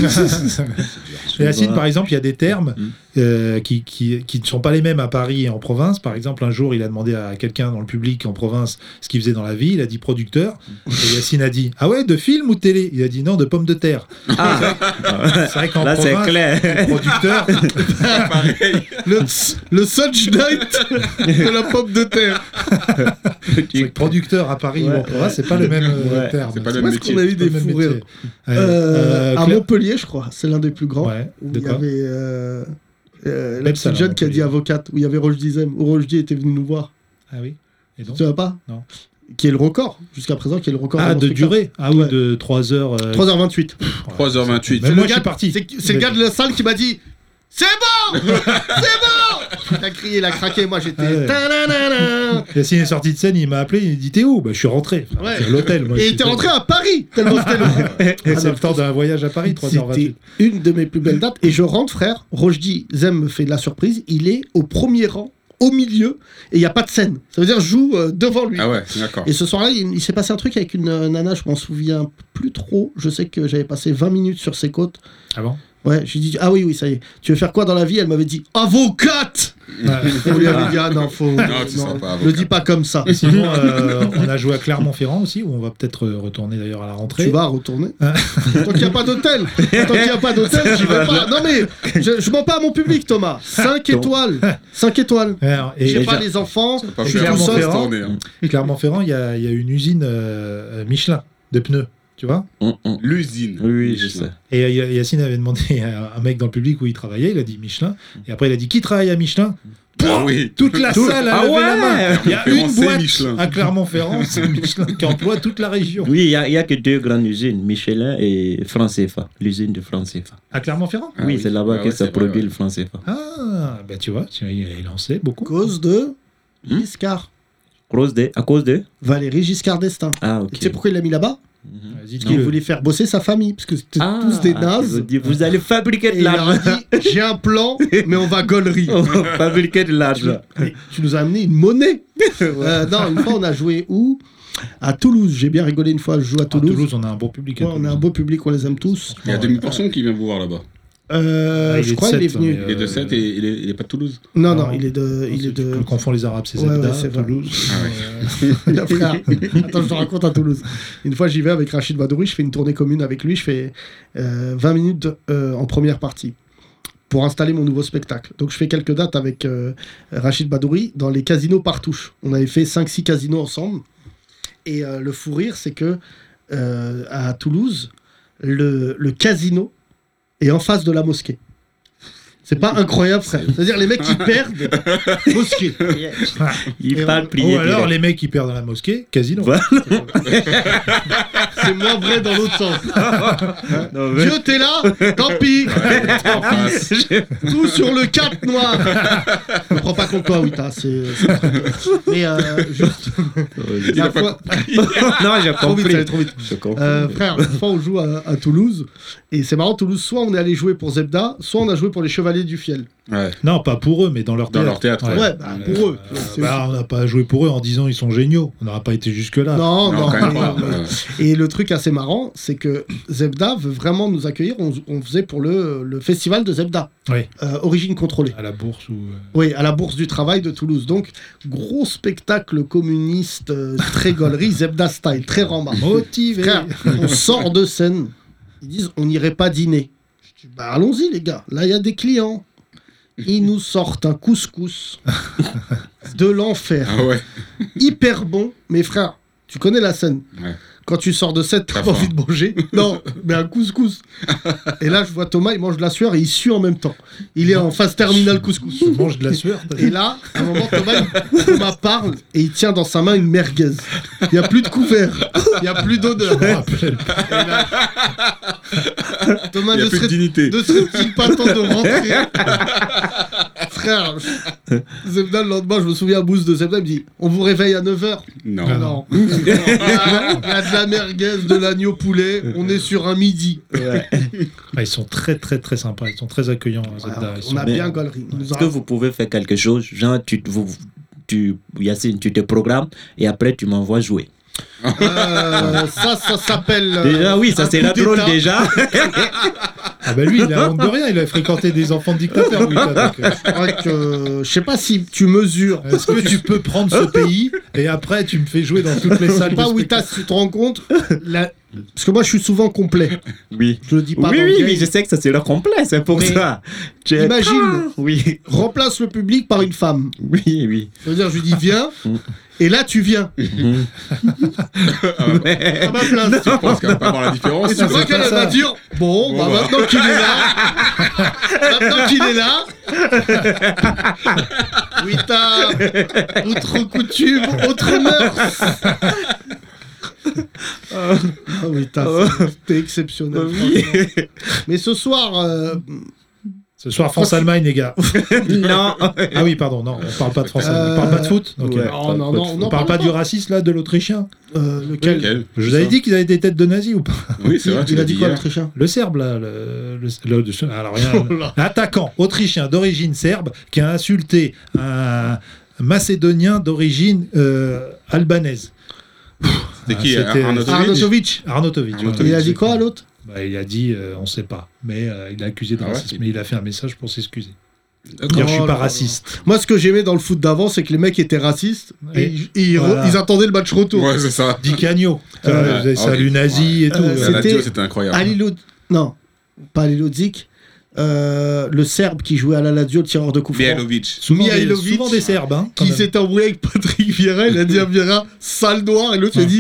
Et Yacine, Voilà. par exemple, il y a des termes Mm. euh, qui, qui, qui ne sont pas les mêmes à Paris et en province. Par exemple, un jour, il a demandé à quelqu'un dans le public en province ce qu'il faisait dans la vie. Il a dit producteur. Et Yacine a dit ah ouais, de film ou de télé? Il a dit non, de pommes de terre. Ah, C'est vrai qu'en là, c'est province, clair. producteur, Pareil. Le, le Sunch Night de la pomme de terre. c'est vrai que producteur à Paris ou en Ouais, province, c'est pas le même euh, Ouais. terme. C'est pas le Où même est-ce qu'on métier. a eu C'est pas des le même fous rires métier. Ouais. Euh, Euh, À Claire- Montpellier, je crois. C'est l'un des plus grands. Ouais, Où de il y quoi avait euh, euh, la Belle petite salle à jeune qui a dit Montpellier. avocate, où il y avait Roche Dizem, où Roche était venu nous voir. Ah oui. Et donc Tu vois pas Non. Qui est le record, jusqu'à présent, qui est le record. Ah, mon de spectacle. durée. Ah oui, Ouais. de trois heures. euh, trois heures vingt-huit. trois heures vingt-huit. Même C'est moi, le je suis gars- parti. C'est c'est le gars de la salle qui m'a dit c'est bon C'est bon Il a crié, il a craqué, moi j'étais. Ah ouais. Ta-na-na-na. Yacine est sorti de scène, il m'a appelé, il dit t'es où? Bah je suis rentré. Enfin, Ouais. c'est à l'hôtel. Moi, je Et il suis- était rentré à Paris, tellement c'était long. Et c'est le temps d'un voyage à Paris, trois heures C'était vingt-huit. une de mes plus belles dates. Et je rentre, frère. Rochdi Zem me fait de la surprise. Il est au premier rang, au milieu, et il n'y a pas de scène. Ça veut dire, je joue euh, devant lui. Ah ouais, d'accord. Et ce soir-là, il, il s'est passé un truc avec une euh, nana, je m'en souviens plus trop. Je sais que j'avais passé vingt minutes sur ses côtes. Ah bon? Ouais, j'ai dit, ah oui, oui, ça y est. Tu veux faire quoi dans la vie? Elle m'avait dit, avocate! On lui avait dit, ah non, faut. Non, tu sens pas le avocat. dis pas comme ça. Sinon, euh, on a joué à Clermont-Ferrand aussi, où on va peut-être euh, retourner d'ailleurs à la rentrée. Tu vas retourner. Ah. Tant qu'il n'y a pas d'hôtel. Tant qu'il n'y a pas d'hôtel, j'y vais pas. Non mais, je, je mens pas à mon public, Thomas. cinq étoiles. cinq étoiles. Alors, et J'ai Et pas j'a- les enfants. Pas Je suis faire tout seul. Clermont-Ferrand. tourner, hein. Clermont-Ferrand, il y a, il y a une usine euh, Michelin de pneus, tu vois. Hum, hum. L'usine. Oui, oui, je sais. Et euh, Yacine avait demandé à un mec dans le public où il travaillait, il a dit Michelin. Et après, il a dit qui travaille à Michelin? Ah oui. Toute la salle a Ah levé ouais. la main. Il y a Clément, une c'est boîte Michelin. à Clermont-Ferrand, c'est Michelin qui emploie toute la région. Oui, il n'y a, a que deux grandes usines, Michelin et Franc C F A, l'usine de Franc C F A. À Clermont-Ferrand Ah oui, oui. c'est là-bas Ah que ouais, ça c'est produit vrai, ouais. le Franc C F A. Ah, ben tu vois, tu- il il en sait beaucoup. Cause de Giscard. Cause de, à cause de Valéry Giscard d'Estaing. Ah, Et ok. tu sais pourquoi il l'a mis là-bas? Vas-y, Parce dis-le. qu'il voulait faire bosser sa famille, parce que c'était Ah, tous des ils nazes. ont dit, vous allez fabriquer Et de il leur a l'argent. dit, j'ai un plan, mais on va gaulerie. On va fabriquer de l'argent. Mais tu nous as amené une monnaie. Euh, non, une fois, on a joué où? À Toulouse. J'ai bien rigolé une fois, je joue à À Toulouse. Toulouse, on a un bon public. à Ouais, on a Toulouse. un beau public, on les aime tous. Il y a deux mille personnes qui viennent vous voir là-bas. Euh, Ah, il je est crois de qu'il est sept, venu. mais, Il est de Euh, sept et il est, il est pas de Toulouse. Non, non, Non. il est de. Il est Tu de... confonds les Arabes, c'est Ouais, Zebda, ouais, c'est vrai. Toulouse. Ah Euh, Là, frère. Attends, je te raconte à Toulouse. Une fois, j'y vais avec Rachid Badouri, je fais une tournée commune avec lui, je fais euh, vingt minutes euh, en première partie pour installer mon nouveau spectacle. Donc, je fais quelques dates avec euh, Rachid Badouri dans les casinos Partouche. On avait fait cinq six casinos ensemble. Et euh, le fou rire, c'est que euh, à Toulouse, le, le casino est en face de la mosquée. C'est pas incroyable, frère. C'est-à-dire, les mecs qui perdent, mosquée. Il Et parle on- prier. Ou alors direct. les mecs qui perdent dans la mosquée, casino. Voilà. C'est moins vrai dans l'autre sens. Non, mais- Dieu, t'es là? Tant pis. En face. Tout sur le quatre noir. Je me prends pas contre toi, Wita. C'est. c'est un truc. Mais euh, juste. Il La a pas fois- non, j'ai Trop vite, ça compris. allait trop vite. Je comprends. Euh, frère, une fois on joue à, à Toulouse. Et c'est marrant, Toulouse, soit on est allé jouer pour Zebda, soit on a joué pour les Chevaliers du Fiel. Ouais. Non, pas pour eux, mais dans leur Dans théâtre. leur théâtre, Ouais, ouais. bah, pour eux. Euh, C'est- bah, on n'a pas joué pour eux en disant ils sont géniaux. On n'aura pas été jusque-là. Non, Non, non. quand même pas. mais- Ouais. Et le truc assez marrant, c'est que Zebda veut vraiment nous accueillir. On, on faisait pour le, le festival de Zebda, Oui, euh, Origine Contrôlée. à la bourse ou. euh, Oui, à la Bourse du Travail de Toulouse. Donc, gros spectacle communiste, euh, très gaulerie, Zebda style, très ramba. Motivé. Frère, on sort de scène. Ils disent, on n'irait pas dîner. Je dis, bah allons-y les gars, là il y a des clients. Ils nous sortent un couscous de l'enfer. Ah ouais. Hyper bon, mais frère, tu connais la scène. Ouais. Quand tu sors de scène, t'as T'as pas faim. envie de manger. Non, mais un couscous. Et là, je vois Thomas, il mange de la sueur et il sue en même temps. Il est en phase terminale couscous. Je mange de la sueur. t'as dit. Et là, à un moment, Thomas, il- Thomas parle et il tient dans sa main une merguez. Il n'y a plus de couvert. Il n'y a plus d'odeur. Je me rappelle. Et là, Thomas, Il y ne a plus de serait- dignité. ne serait-il pas temps de rentrer? Frère, Zebda, le lendemain, je me souviens, à Boost de Zebda, il me dit, on vous réveille à neuf heures. Non. Ah Non. Il y, a, il y a de la merguez, de l'agneau poulet, on est sur un midi. Ah, ils sont très très très sympas. Ils sont très accueillants. Zebda. Ils On sont- a Mais- bien gaulerie. On nous Est-ce a- que vous pouvez faire quelque chose, genre tu, vous, tu, Yacine, tu te programmes et après tu m'envoies jouer. Euh, ça, ça s'appelle. euh, Déjà, oui, ça un c'est la coup drôle d'État. déjà. Ah bah lui, il a honte de rien. Il a fréquenté des enfants de dictateurs. Wita, donc, euh, C'est vrai que je sais pas si tu mesures. Est-ce que tu peux prendre ce pays et après tu me fais jouer dans toutes les Je sais salles pas, de Wita, spectacle. si tu te rends compte. la- Parce que moi, je suis souvent complet. Oui. Je le dis pas. Oui, dans le oui, game. oui, je sais que ça sera complet, c'est pour Mais ça. Tu es- imagine. Oui, Remplace le public par une femme. oui, oui. Ça veut dire, je lui dis, viens. Et là, tu viens. À ma place. Je pense qu'elle va pas voir la différence. Et tu crois c'est qu'elle pas elle va ça. dire bon, Bon, bah, bah. maintenant qu'il est là, maintenant qu'il est là, oui t'as outre coutume, autre mœurs. Ah oui t'as, c'était exceptionnel. Oui. franchement. Mais ce soir, euh, Ce soir, France-Allemagne, les gars. Non. Ah oui, pardon, non, on parle pas de France-Allemagne. Euh, On parle pas de foot. Ok. ouais. oh, non non, On parle pas du racisme, là, de l'Autrichien. Euh, lequel Lequel Je vous avais dit qu'ils avaient des têtes de nazis ou pas? Oui, c'est vrai. tu Il a l'as dit dit quoi hier. l'Autrichien? Le Serbe, là, le, le- le- alors, il y a Oh un là. attaquant autrichien d'origine serbe qui a insulté un macédonien d'origine euh, albanaise. C'était qui Ah, c'était- Arnautovic Arnautovic. Arnautovic. Arnautovic. Il a dit quoi à l'autre? Bah, il a dit, euh, on sait pas, mais euh, il a accusé de Ah ouais racisme. Mais il a fait un message pour s'excuser. D'accord. Dire, je suis Oh pas là là. raciste. Moi, ce que j'aimais dans le foot d'avant, c'est que les mecs étaient racistes et, Et et ils, re- voilà. ils attendaient le match retour. Ouais, c'est ça. Di Cagno. Euh, Euh, salut ok. nazi et tout. Euh, La c'était- radio, c'était incroyable. Alilo... Non, pas Alilodzic. Euh, le Serbe qui jouait à la Lazio, le tireur de coup franc. Mihailovic. Souvent, des, Mihailovic, souvent des Serbes. Hein, quand Qui même. s'est embrouillé avec Patrick Vieira. Il a dit à Vieira, sale noir. Et l'autre lui a dit,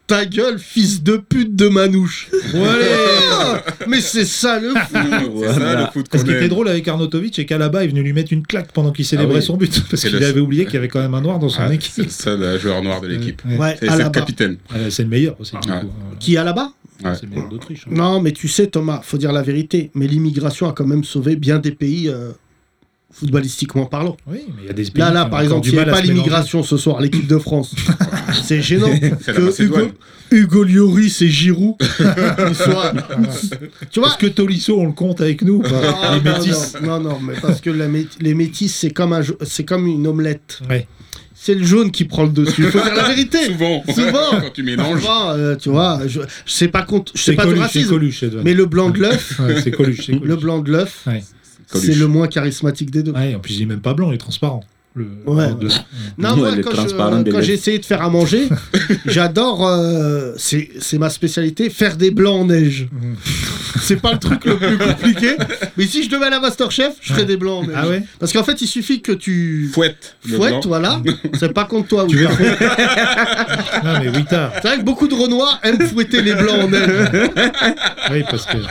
Ta gueule, fils de pute de manouche. Ouais. Mais c'est ça le foot. C'est ça le foot Ce qu'on qui était aime. drôle avec Arnautovic, c'est qu'Alaba est venu lui mettre une claque pendant qu'il célébrait Ah oui. son but. Parce C'est qu'il le- avait oublié qu'il y avait quand même un noir dans son Ah, équipe. c'est le seul euh, joueur noir de l'équipe. Ouais. Ouais, C'est c'est le Alaba. capitaine. Ah, c'est le meilleur aussi. Du Ouais. coup. Qui à là-bas? Ouais. C'est le meilleur d'Autriche. hein. Non, mais tu sais, Thomas, faut dire la vérité. Mais l'immigration a quand même sauvé bien des pays euh, footballistiquement parlant. Oui, mais il y a des pays Là, là, qui ont par encore exemple, du s'il n'y mal avait à pas se mélanger. l'immigration ce soir, l'équipe de France, c'est gênant C'est la que Hugo, Macédoine. Hugo Lloris et Giroud ils soient... Tu vois Est-ce que Tolisso, on le compte avec nous Non, Les non, métis. non, non, non, mais parce que la mé- les métis, c'est comme, un jo- c'est comme une omelette. Ouais. C'est le jaune qui prend le dessus. Il faut dire la vérité. Souvent. Souvent. Quand tu mélanges. Souvent, euh, tu vois, je, je sais pas contre, je sais C'est pas du Coluche, c'est racisme, Coluche, Edouard. mais le blanc de l'œuf, Ouais, c'est Coluche, c'est Coluche. le blanc de l'œuf, Ouais. Coluche. c'est le moins charismatique des deux. Ouais, en plus, il est même pas blanc, il est transparent. Le... Ouais. le- Non, Ouais, moi, le quand, je- transparent de quand l'œuf. j'ai essayé de faire à manger, j'adore, euh, c'est c'est ma spécialité, faire des blancs en neige. C'est pas le truc le plus compliqué, mais si je devais aller à Masterchef, je ferais des blancs en neige. Ah ouais. Parce qu'en fait, il suffit que tu Fouette. le fouettes, blanc. voilà, c'est pas contre toi. Tu oui. veux Non, mais oui, tard. C'est vrai que beaucoup de Renois aiment fouetter les blancs en neige. Oui, parce que.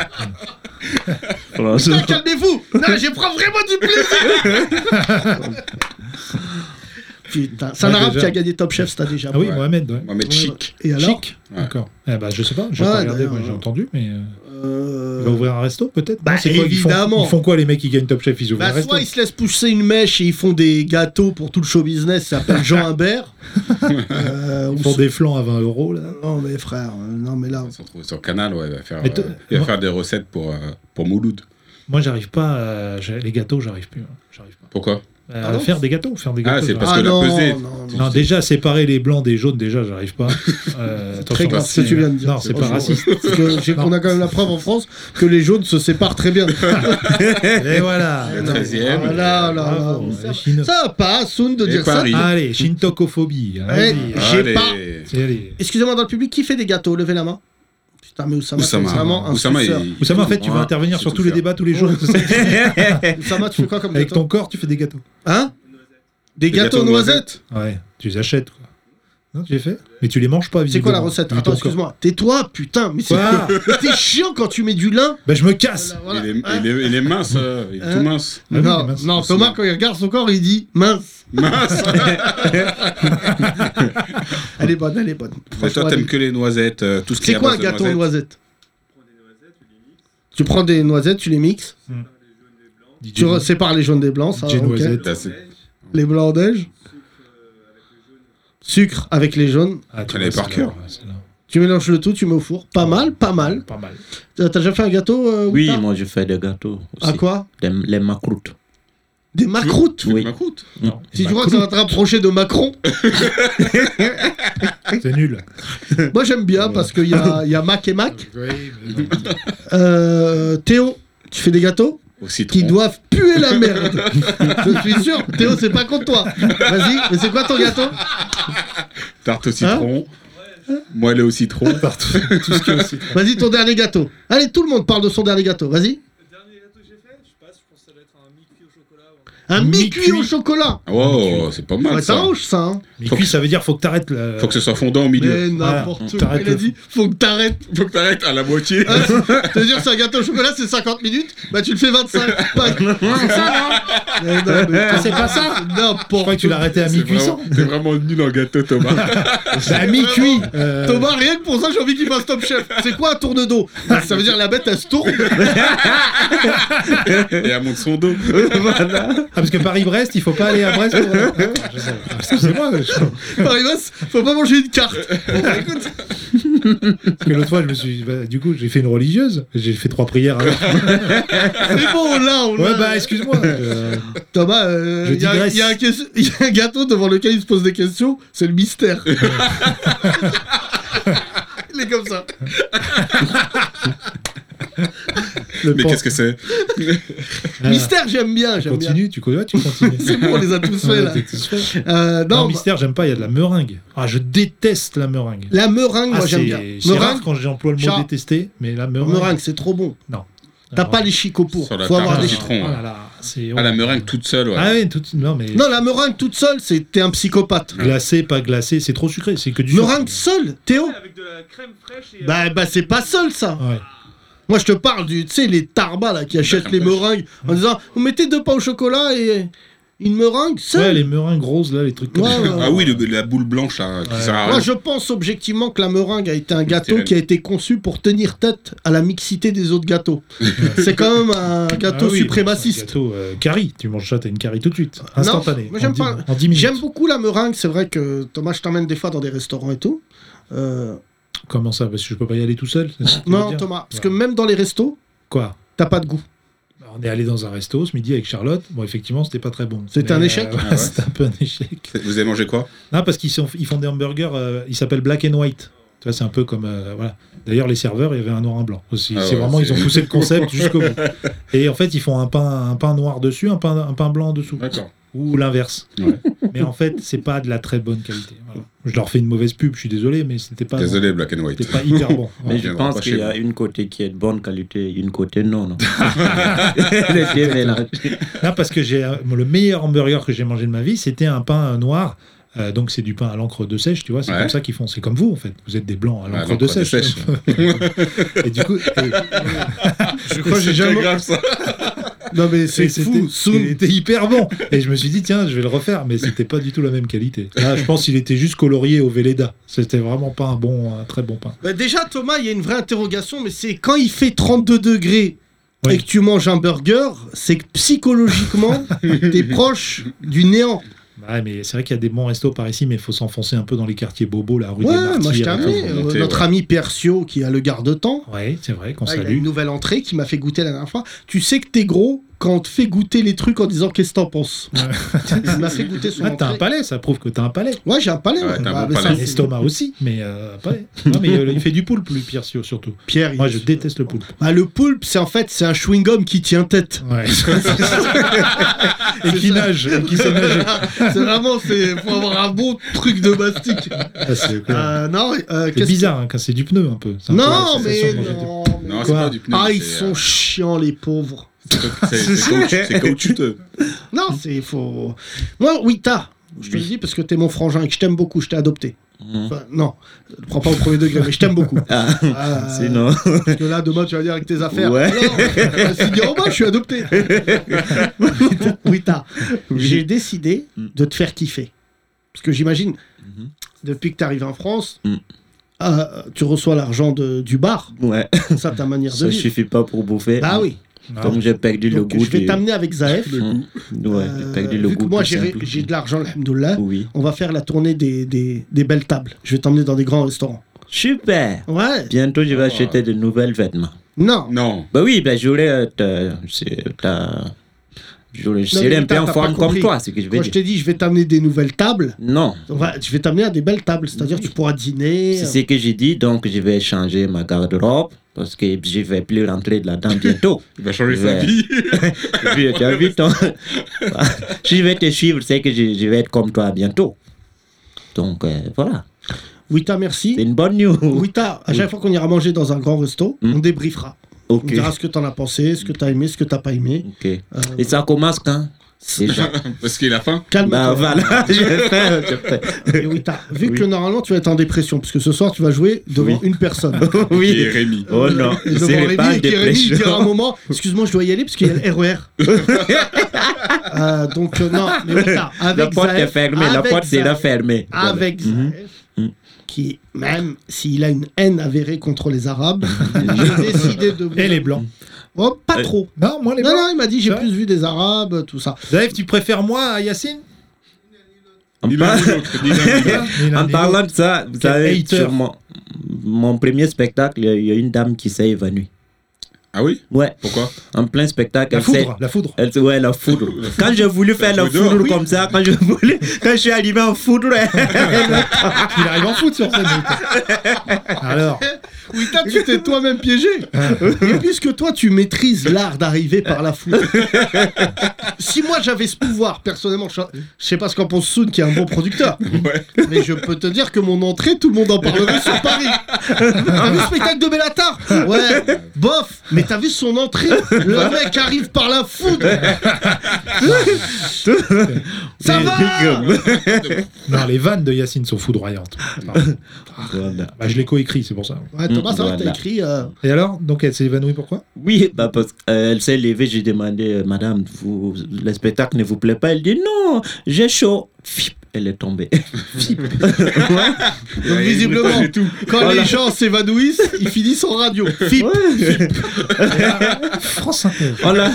Putain, calmez-vous. Non, je prends vraiment du plaisir. Putain, c'est un Ouais, arabe déjà. qui a gagné Top Chef, c'était déjà. Ah oui, Ouais. Mohamed, ouais. Mohamed Ouais, Chic. Et alors Chic. Ouais. D'accord. Eh ben, je sais pas, j'ai Ouais, pas regardé, d'ailleurs, moi, j'ai euh, entendu, mais. euh, euh, Il va ouvrir un resto, peut-être Bah, Non, c'est quoi, ils font- évidemment. Ils font, quoi, les mecs qui gagnent Top Chef? Ils ouvrent Bah, un resto. soit ils se laissent pousser une mèche et ils font des gâteaux pour tout le show business, ça s'appelle Jean Imbert. Euh, ou Ils font so- des flancs à vingt euros, là. Non mais frère, euh, non mais là. On se retrouve sur Canal, ouais, il va faire, Mais toi- euh, il va moi- faire des recettes pour, euh, pour Mouloud. Moi, j'arrive pas. à- j'ai- Les gâteaux, j'arrive plus. hein. J'arrive pas. Pourquoi Euh, Ah non faire des gâteaux, faire des Ah, gâteaux. c'est j'arrive parce Ah que la non, pesée. non, tu- non. Non, déjà, séparer les blancs des jaunes, déjà, j'arrive pas. Euh, Très attention, grave ce que tu viens de dire. Non, c'est pas Franchement. raciste. Parce que j'ai- on a quand même la preuve en France que les jaunes se séparent très bien. Et voilà. Le treizième. Voilà, là, là. Bravo, Ça- les Chinois. Ça va pas, Soun, de Et dire Paris. ça. Allez, shintokophobie. Ouais. Allez. J'ai Allez. pas- C'est- allez. Excusez-moi, dans le public, qui fait des gâteaux? Levez la main. Putain, mais Oussama, c'est Oussama. vraiment un Oussama, suceur. il- Oussama, en fait, tu vas Ouais, intervenir c'est sur tout tous les faire. débats tous les jours. Oussama, tu fais quoi comme Avec gâteau? ton corps, tu fais des gâteaux. Hein? Des Des gâteaux gâteaux noisettes? Ouais, tu les achètes, quoi. Non, tu les fais Mais tu les manges pas, C'est quoi la visiblement, recette? vu Attends, ton corps. excuse-moi. Tais-toi, putain. Mais c'est Quoi mais t'es chiant quand tu mets du lin. Ben, je me casse. Voilà. Il, est, Hein? il, est, il est mince, euh, il est Hein tout mince. Ah oui, non, mais mince. non, Thomas, quand il regarde son corps, il dit mince. Mince. Elle est bonne, elle est bonne. Mais Franchement, toi, elle t'aimes est- que les noisettes, euh, tout ce qui est C'est à quoi un base de gâteau aux noisettes. noisettes? Tu prends des noisettes, tu les mixes. D J Tu re- sépares les jaunes des blancs, ça. D J ok. noisette. Là, c'est- Les blancs en neige. Sucre avec les jaunes. Ah, tu Connais vois, par c'est cœur. là, ouais, c'est là. Tu mélanges le tout, tu mets au four. Pas mal, pas mal. Pas mal. T'as t'as déjà fait un gâteau euh, Oui, Wita? moi je fais des gâteaux aussi. À quoi? Des- les macroutes. Des macroutes. Tu veux Oui. de ma croûte Non, Si bah, tu crois que ça va te rapprocher de Macron, c'est nul. moi j'aime bien parce qu'il y a, il y a Mac et Mac. Oui, mais non. Euh, Théo, tu fais des gâteaux Au citron. qui doivent puer la merde. Je suis sûr. Théo, c'est pas contre toi. Vas-y, mais c'est quoi ton gâteau? Tarte au citron. Moelleux au citron. Partout. Tout ce qui est aussi. Vas-y, ton dernier gâteau. Allez, tout le monde parle de son dernier gâteau. Vas-y. Un mi-cuit au chocolat. Oh, c'est pas mal Ouais, ça ça. arrange ça. Hein. Mais Faut cuit, que- ça veut dire faut que t'arrêtes. le- Faut que ce soit fondant au milieu. Mais n'importe Voilà. quoi. T'arrêtes Il a le- dit, faut que t'arrêtes. Faut que t'arrêtes à la moitié. Hein, c'est-à-dire, c'est un gâteau au chocolat, c'est cinquante minutes. Bah, tu le fais vingt-cinq. Pas... C'est ça, non? Mais non, mais Ah, c'est pas ça. c'est n'importe Je crois que tu l'as arrêté à C'est mi-cuisson. vraiment, t'es vraiment nul en gâteau, Thomas. C'est à mi-cuit. Euh, Thomas, rien que pour ça, j'ai envie qu'il fasse Top Chef. C'est quoi un tourne dos? Bah, ça veut dire la bête, elle se tourne. Et elle monte son dos. Voilà. Ah, parce que Paris-Brest, il faut pas aller à Brest. pour- Je sais. Excusez-moi. je- Paris-Brest, faut pas manger une carte. Bon, bah, écoute. Parce que l'autre fois, je me suis. bah, du coup, j'ai fait une religieuse. J'ai fait trois prières. avant. C'est bon, là, on Ouais, l'a. bah, excuse-moi. euh, Thomas, euh, Je il y, a- digresse. il y a un ques- il y a un gâteau devant lequel il se pose des questions, c'est le mystère. Il est comme ça. le Mais pan- qu'est-ce que c'est Ah, Mystère, j'aime bien, j'aime bien. Continue, tu connais, ouais, tu continues. C'est bon, on les a tous fait, là. Ouais, t'es tous fait. Euh, Non, non, mystère, j'aime pas, il y a de la meringue. Ah, je déteste la meringue. la meringue, Ah, moi j'aime c'est- bien. C'est rare Meringue, quand j'emploie le mot Chat. détester, mais la meringue. meringue, c'est trop bon. Non. T'as pas les chicots pour. Sur la Faut tarte avoir au des citron. Oh ouais. là là, c'est Ah, la meringue toute seule, ouais. Ah oui, tout... non mais Non, la meringue toute seule, c'est t'es un psychopathe. glacé, pas glacé, c'est trop sucré, c'est que du sucre. Meringue seule, Théo. Avec de la crème fraîche et. Bah, bah c'est pas seul ça. Ouais. Moi je te parle du, tu sais, les tarbas là qui achètent les meringues en disant vous mettez deux pains au chocolat et une meringue Ouais, seule. les meringues roses là, les trucs comme Ouais, ça. ouais. Ah oui, le- la boule blanche, là, qui Ouais. sert à Moi rien. je pense objectivement que la meringue a été un gâteau Terrible. qui a été conçu pour tenir tête à la mixité des autres gâteaux. C'est quand même un gâteau Ah oui, suprémaciste. c'est un gâteau euh, curry, tu manges ça, t'as une curry tout de suite, instantané. moi, j'aime en dix- pas. En dix minutes. J'aime beaucoup la meringue, c'est vrai que Thomas je t'emmène des fois dans des restaurants et tout. Euh, Comment ça? Parce que je peux pas y aller tout seul? c'est ça que tu veux non dire Thomas, parce Ouais. que même dans les restos, Quoi? t'as pas de goût. On est allé dans un resto ce midi avec Charlotte. Bon, effectivement, c'était pas très bon. C'était Mais, un échec ouais, Ah ouais C'était un peu un échec. Vous avez mangé quoi? Non, parce qu'ils sont, ils font des hamburgers, euh, ils s'appellent Black and White. Tu vois, c'est un peu comme. euh, voilà. D'ailleurs, les serveurs, il y avait un noir et un blanc aussi. Ah c'est ouais, vraiment, c'est- ils ont poussé le concept jusqu'au bout. Et en fait, ils font un pain, un pain noir dessus, un pain, un pain blanc en dessous. D'accord. Ou l'inverse. Ouais. Mais en fait, c'est pas de la très bonne qualité. Voilà. Je leur fais une mauvaise pub, je suis désolé, mais c'était pas. Désolé, Black and White. C'était pas hyper bon. Mais Voilà. je viendra pense pas qu'il chez y a vous. une côté qui est de bonne qualité, une côté non. non. Les deux mélangés. Non, parce que j'ai euh, le meilleur hamburger que j'ai mangé de ma vie, c'était un pain euh, noir. Euh, donc c'est du pain à l'encre de sèche, tu vois, c'est Ouais. comme ça qu'ils font. C'est comme vous en fait. Vous êtes des blancs à Ouais, l'encre de l'encre de sèche. Et du coup, et- Je crois que j'ai C'est jamais. très grave, ça. Non mais c'est et fou. c'était Soun. il était hyper bon. Et je me suis dit tiens, je vais le refaire, mais c'était pas du tout la même qualité. Là, je pense qu'il était juste colorié au Velleda. C'était vraiment pas un bon, un très bon pain. Bah, déjà Thomas, il y a une vraie interrogation, mais c'est quand il fait trente-deux degrés Oui. et que tu manges un burger, c'est que psychologiquement, t'es proche du néant. Ouais, mais c'est vrai qu'il y a des bons restos par ici, mais il faut s'enfoncer un peu dans les quartiers bobos, la rue Ouais, des Martyrs. moi je t'ai et amené. tout. euh, monter, notre ouais. ami Percio qui a le garde-temps. Ouais, c'est vrai qu'on Ah, il a salue. une nouvelle entrée qui m'a fait goûter la dernière fois. Tu sais que t'es gros quand on te fait goûter les trucs en disant qu'est-ce que t'en penses. Il m'a fait goûter son Ah, t'as un entrée. palais, ça prouve que t'as un palais. Ouais, j'ai un palais. Ouais, ouais. t'as un bon mais ça, palais. Un c'est- estomac aussi, mais euh, un palais. Non, mais euh, il fait du poulpe, lui, Piercio, surtout. Pierre, il- Moi, je déteste le poulpe. Bah, le poulpe, c'est en fait c'est un chewing-gum qui tient tête. Ouais. et qui nage, et qui sait nager. C'est vraiment, c'est faut avoir un bon truc de mastic. Ah, c'est clair. Euh, non, euh, C'est qu'est-ce bizarre hein, quand c'est du pneu un peu. C'est un peu Non, la mais sensation de manger du- non. mais- Non, c'est Quoi pas du pneu. Ah, ils c'est, sont euh, chiants, les pauvres. C'est c'est- c'est caoutchouc- c'est caoutchouteux. Non, c'est faut. Moi, oui, t'as. Je te le dis parce que t'es mon frangin et que je t'aime beaucoup, je t'ai adopté. Mhm. Enfin, non, ne prends pas au premier degré, mais je t'aime beaucoup. Ah, Euh, sinon. Parce que là, demain, tu vas dire avec tes affaires. Ouais. Alors, euh, c'est dire, oh bah, je suis adopté. Oui, t'as. J'ai décidé Mm. de te faire kiffer. Parce que j'imagine, Mhm. depuis que tu arrives en France, Mm. euh, tu reçois l'argent de- du bar. Ouais, Ça, ta manière de ça vivre. suffit pas pour bouffer. Bah oui. Non. Donc j'ai perdu le Donc, goût. je vais du- t'amener avec Zaef. Mhm. Ouais, j'ai Euh, perdu le vu que goût. moi, tout j'ai simple. j'ai de l'argent, alhamdoulilah. Oui. On va faire la tournée des, des, des belles tables. Je vais t'emmener dans des grands restaurants. Super. Ouais. Bientôt, je vais Oh. acheter de nouvelles vêtements. Non. Non. Bah oui, bah j'aurais. euh, ta- c'est- ta- j'aurais- Je Non, serais mais un peu t'as- en t'as forme pas comme compris. toi, c'est ce que je veux Quand je dire. t'ai dit, je vais t'amener des nouvelles tables, Non, on va, je vais t'amener à des belles tables. C'est-à-dire, tu pourras dîner. c'est ce que j'ai dit, donc je vais changer ma garde-robe parce que je vais plus rentrer là-dedans bientôt. Il va changer sa Ouais. vie. Puis, tu as vu ton... Si je vais te suivre, c'est que je, je vais être comme toi bientôt. Donc euh, voilà, Wita, merci. c'est une bonne news. Wita, à chaque fois qu'on ira manger dans un grand resto, Mm. on débriefera. On Ok. dira ce que t'en as pensé, ce que t'as aimé, ce que t'as pas aimé. Ok. Euh, Et ça commence quand déjà? Parce qu'il a faim. Calme-toi. Bah voilà, je fais, je fais. Et Wita, vu Oui. que normalement tu vas être en dépression, parce que ce soir tu vas jouer devant Oui. une personne. Qui est Oui. Rémi. Oh non, Et je devant serai Rémi, pas en et qui Rémi, il dira à un dépression. moment, excuse-moi, je dois y aller parce qu'il y a le R E R. Euh, donc euh, non, mais Wita, avec La porte est Zaef, fermée, la avec porte sera Zaef, fermée. Avec Mhm. Zaef, Mhm. qui même s'il a une haine avérée contre les Arabes, j'ai décidé de. Et les blancs. Oh, pas Euh, trop. Non, moi les Non, blancs. non, il m'a dit j'ai C'est vrai plus vu des Arabes, tout ça. Zaev, tu préfères moi à Yacine En Ni par- l'un ni l'autre. Ni l'un ni l'autre. Ni l'un En ni parlant l'autre. de ça, vous Quel savez, hater. sur mon, mon premier spectacle, il y a- il y a une dame qui s'est évanouie. Ah oui? Ouais, Pourquoi? en plein spectacle, La elle s'est... foudre, la foudre. Elle, ouais, la foudre. Quand j'ai voulu faire la Tu veux foudre dehors, comme ça, quand je voulais, quand je suis arrivé en foudre, Il arrive en foot sur scène. Wita. Alors, Wita, tu t'es toi-même piégé. Et puisque toi, tu maîtrises l'art d'arriver par la foule. Si moi, j'avais ce pouvoir, personnellement, je je sais pas ce qu'en pense Soun, qui est un bon producteur. Ouais. Mais je peux te dire que mon entrée, tout le monde en parlerait sur Paris. T'as vu le spectacle de Bellatar? Ouais, bof. Mais t'as vu son entrée? Le mec arrive par la foudre. Ça va. Non, les vannes de Yacine sont foudroyantes. Pardon. Voilà. Bah, je l'ai coécrit, c'est pour ça. Ouais, Thomas, ça va, Voilà. t'as écrit... euh, Et alors, donc elle s'est évanouie, pourquoi? Oui, bah parce qu'elle s'est levée, j'ai demandé, euh, madame, vous, le spectacle ne vous plaît pas? Elle dit non, j'ai chaud. Fip, elle est tombée. Fip. Donc Ouais, visiblement, j'ai tout. quand Voilà. les gens s'évanouissent, ils finissent en radio. Fip. France Inter. On l'a,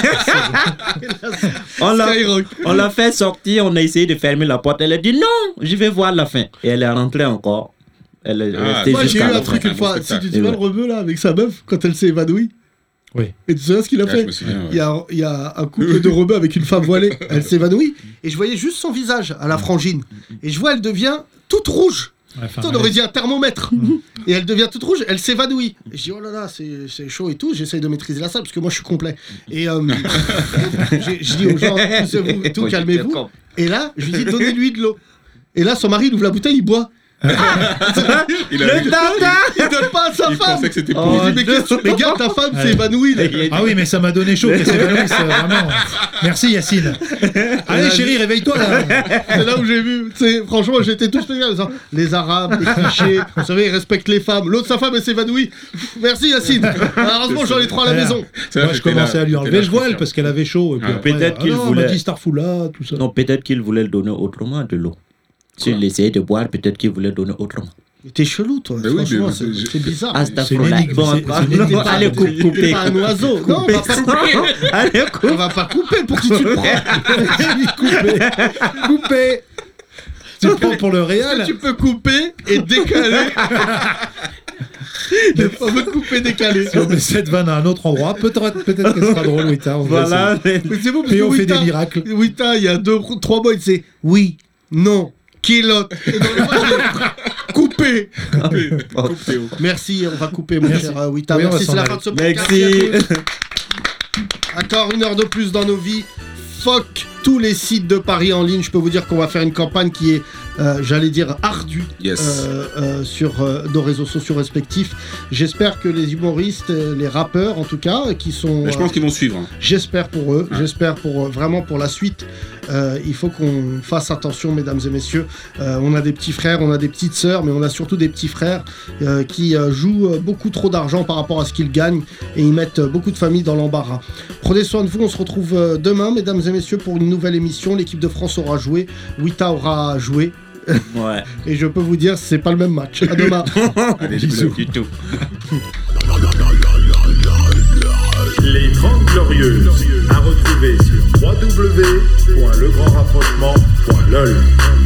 on l'a, Skyrock. on l'a fait sortir, on a essayé de fermer la porte. Elle a dit non, je vais voir la fin. Et elle est rentrée encore. Elle est Ah, restée Moi, j'ai eu jusqu'à un la truc fin. une fois. bon Si tu te spectacle. souviens Et le rebeu là avec sa meuf quand elle s'est évanouie. Oui. Et tu te souviens ce qu'il a Ah, fait? je me souviens, ouais. Il y a, il y a un couple de rebeux avec une femme voilée. Elle s'évanouit et je voyais juste son visage à la frangine. Et je vois, elle devient toute rouge. Ouais, enfin, Putain, on aurait dit un thermomètre. Et elle devient toute rouge, elle s'évanouit. Et je dis, oh là là, c'est c'est chaud et tout. J'essaye de maîtriser la salle parce que moi je suis complet. Et euh, j'ai- je dis aux gens, poussez-vous et tout, Oui, calmez-vous. d'accord. Et là, je lui dis, donnez-lui de l'eau. Et là, son mari, il ouvre la bouteille, il boit. Il a Il donne pas à sa Il femme. pensait que c'était Je pour lui Oh, dis, mais qu'est-ce que tu- mais gars, ta femme Ouais. s'est évanouie. là. Ah oui, mais ça m'a donné chaud qu'elle s'évanouisse, euh, vraiment. Merci Yacine. Allez chérie, réveille-toi là. C'est là où j'ai vu. Tu sais, franchement, j'étais tout spécial. en disant, les Arabes, les clichés, vous savez, ils respectent les femmes. L'autre, sa femme, elle s'évanouit. Merci Yacine. Heureusement, j'en ai trois à la maison. Moi je commençais à lui enlever le voile parce qu'elle avait chaud. Et puis Ah. après, Peut-être ah qu'il non, on voulait- m'a dit Starfoula, tout ça. Non, peut-être qu'il voulait le donner autrement de l'eau. S'il essayait de boire, peut-être qu'il voulait donner autrement. Mais T'es chelou, toi. Mais oui, Franchement, mais- c'est je- c'est bizarre. Ah, c'est une Astaghfirullah. énigme, Bon, c'est- encore- c'est une énigme. allez, coupe, T'es coupez. pas un oiseau. Non, on va pas couper. Allez, coupe. On va pas couper pour qui tu te prends. couper. Couper. Tu le prends pour le Est-ce Real. que tu peux couper et décaler? Le fameux couper décalé. Si on met cette vanne à un autre endroit, peut-être peut-être qu'elle sera drôle, Wita. on va Voilà. Mais c'est bon parce Et que on fait des Wita- miracles. Wita, il y a deux, trois mots, il sait oui, non, kilote. Et dans le fond, j'ai coupé. Merci, on va couper, mon Merci. cher euh, Wita. Oui, on va Merci, s'en c'est la aller. fin de ce podcast. Merci. Encore une heure de plus dans nos vies. Fuck tous les sites de paris en ligne. Je peux vous dire qu'on va faire une campagne qui est, euh, j'allais dire, ardue Yes. euh, euh, sur euh, nos réseaux sociaux respectifs. J'espère que les humoristes, euh, les rappeurs en tout cas, qui sont... Mais je pense qu'ils vont suivre. hein. J'espère pour eux, Ouais. j'espère pour euh, vraiment pour la suite. Euh, il faut qu'on fasse attention, mesdames et messieurs. Euh, on a des petits frères, on a des petites sœurs, mais on a surtout des petits frères euh, qui euh, jouent euh, beaucoup trop d'argent par rapport à ce qu'ils gagnent et ils mettent euh, beaucoup de familles dans l'embarras. Prenez soin de vous, on se retrouve euh, demain, mesdames et messieurs, pour une nouvelle émission. L'équipe de France aura joué, Wita aura joué. Ouais. Et je peux vous dire, c'est pas le même match. À demain. Allez, Bisous. bisous. Du tout. Les trente Glorieuses, à retrouver sur w w w point le grand rapprochement point l o l.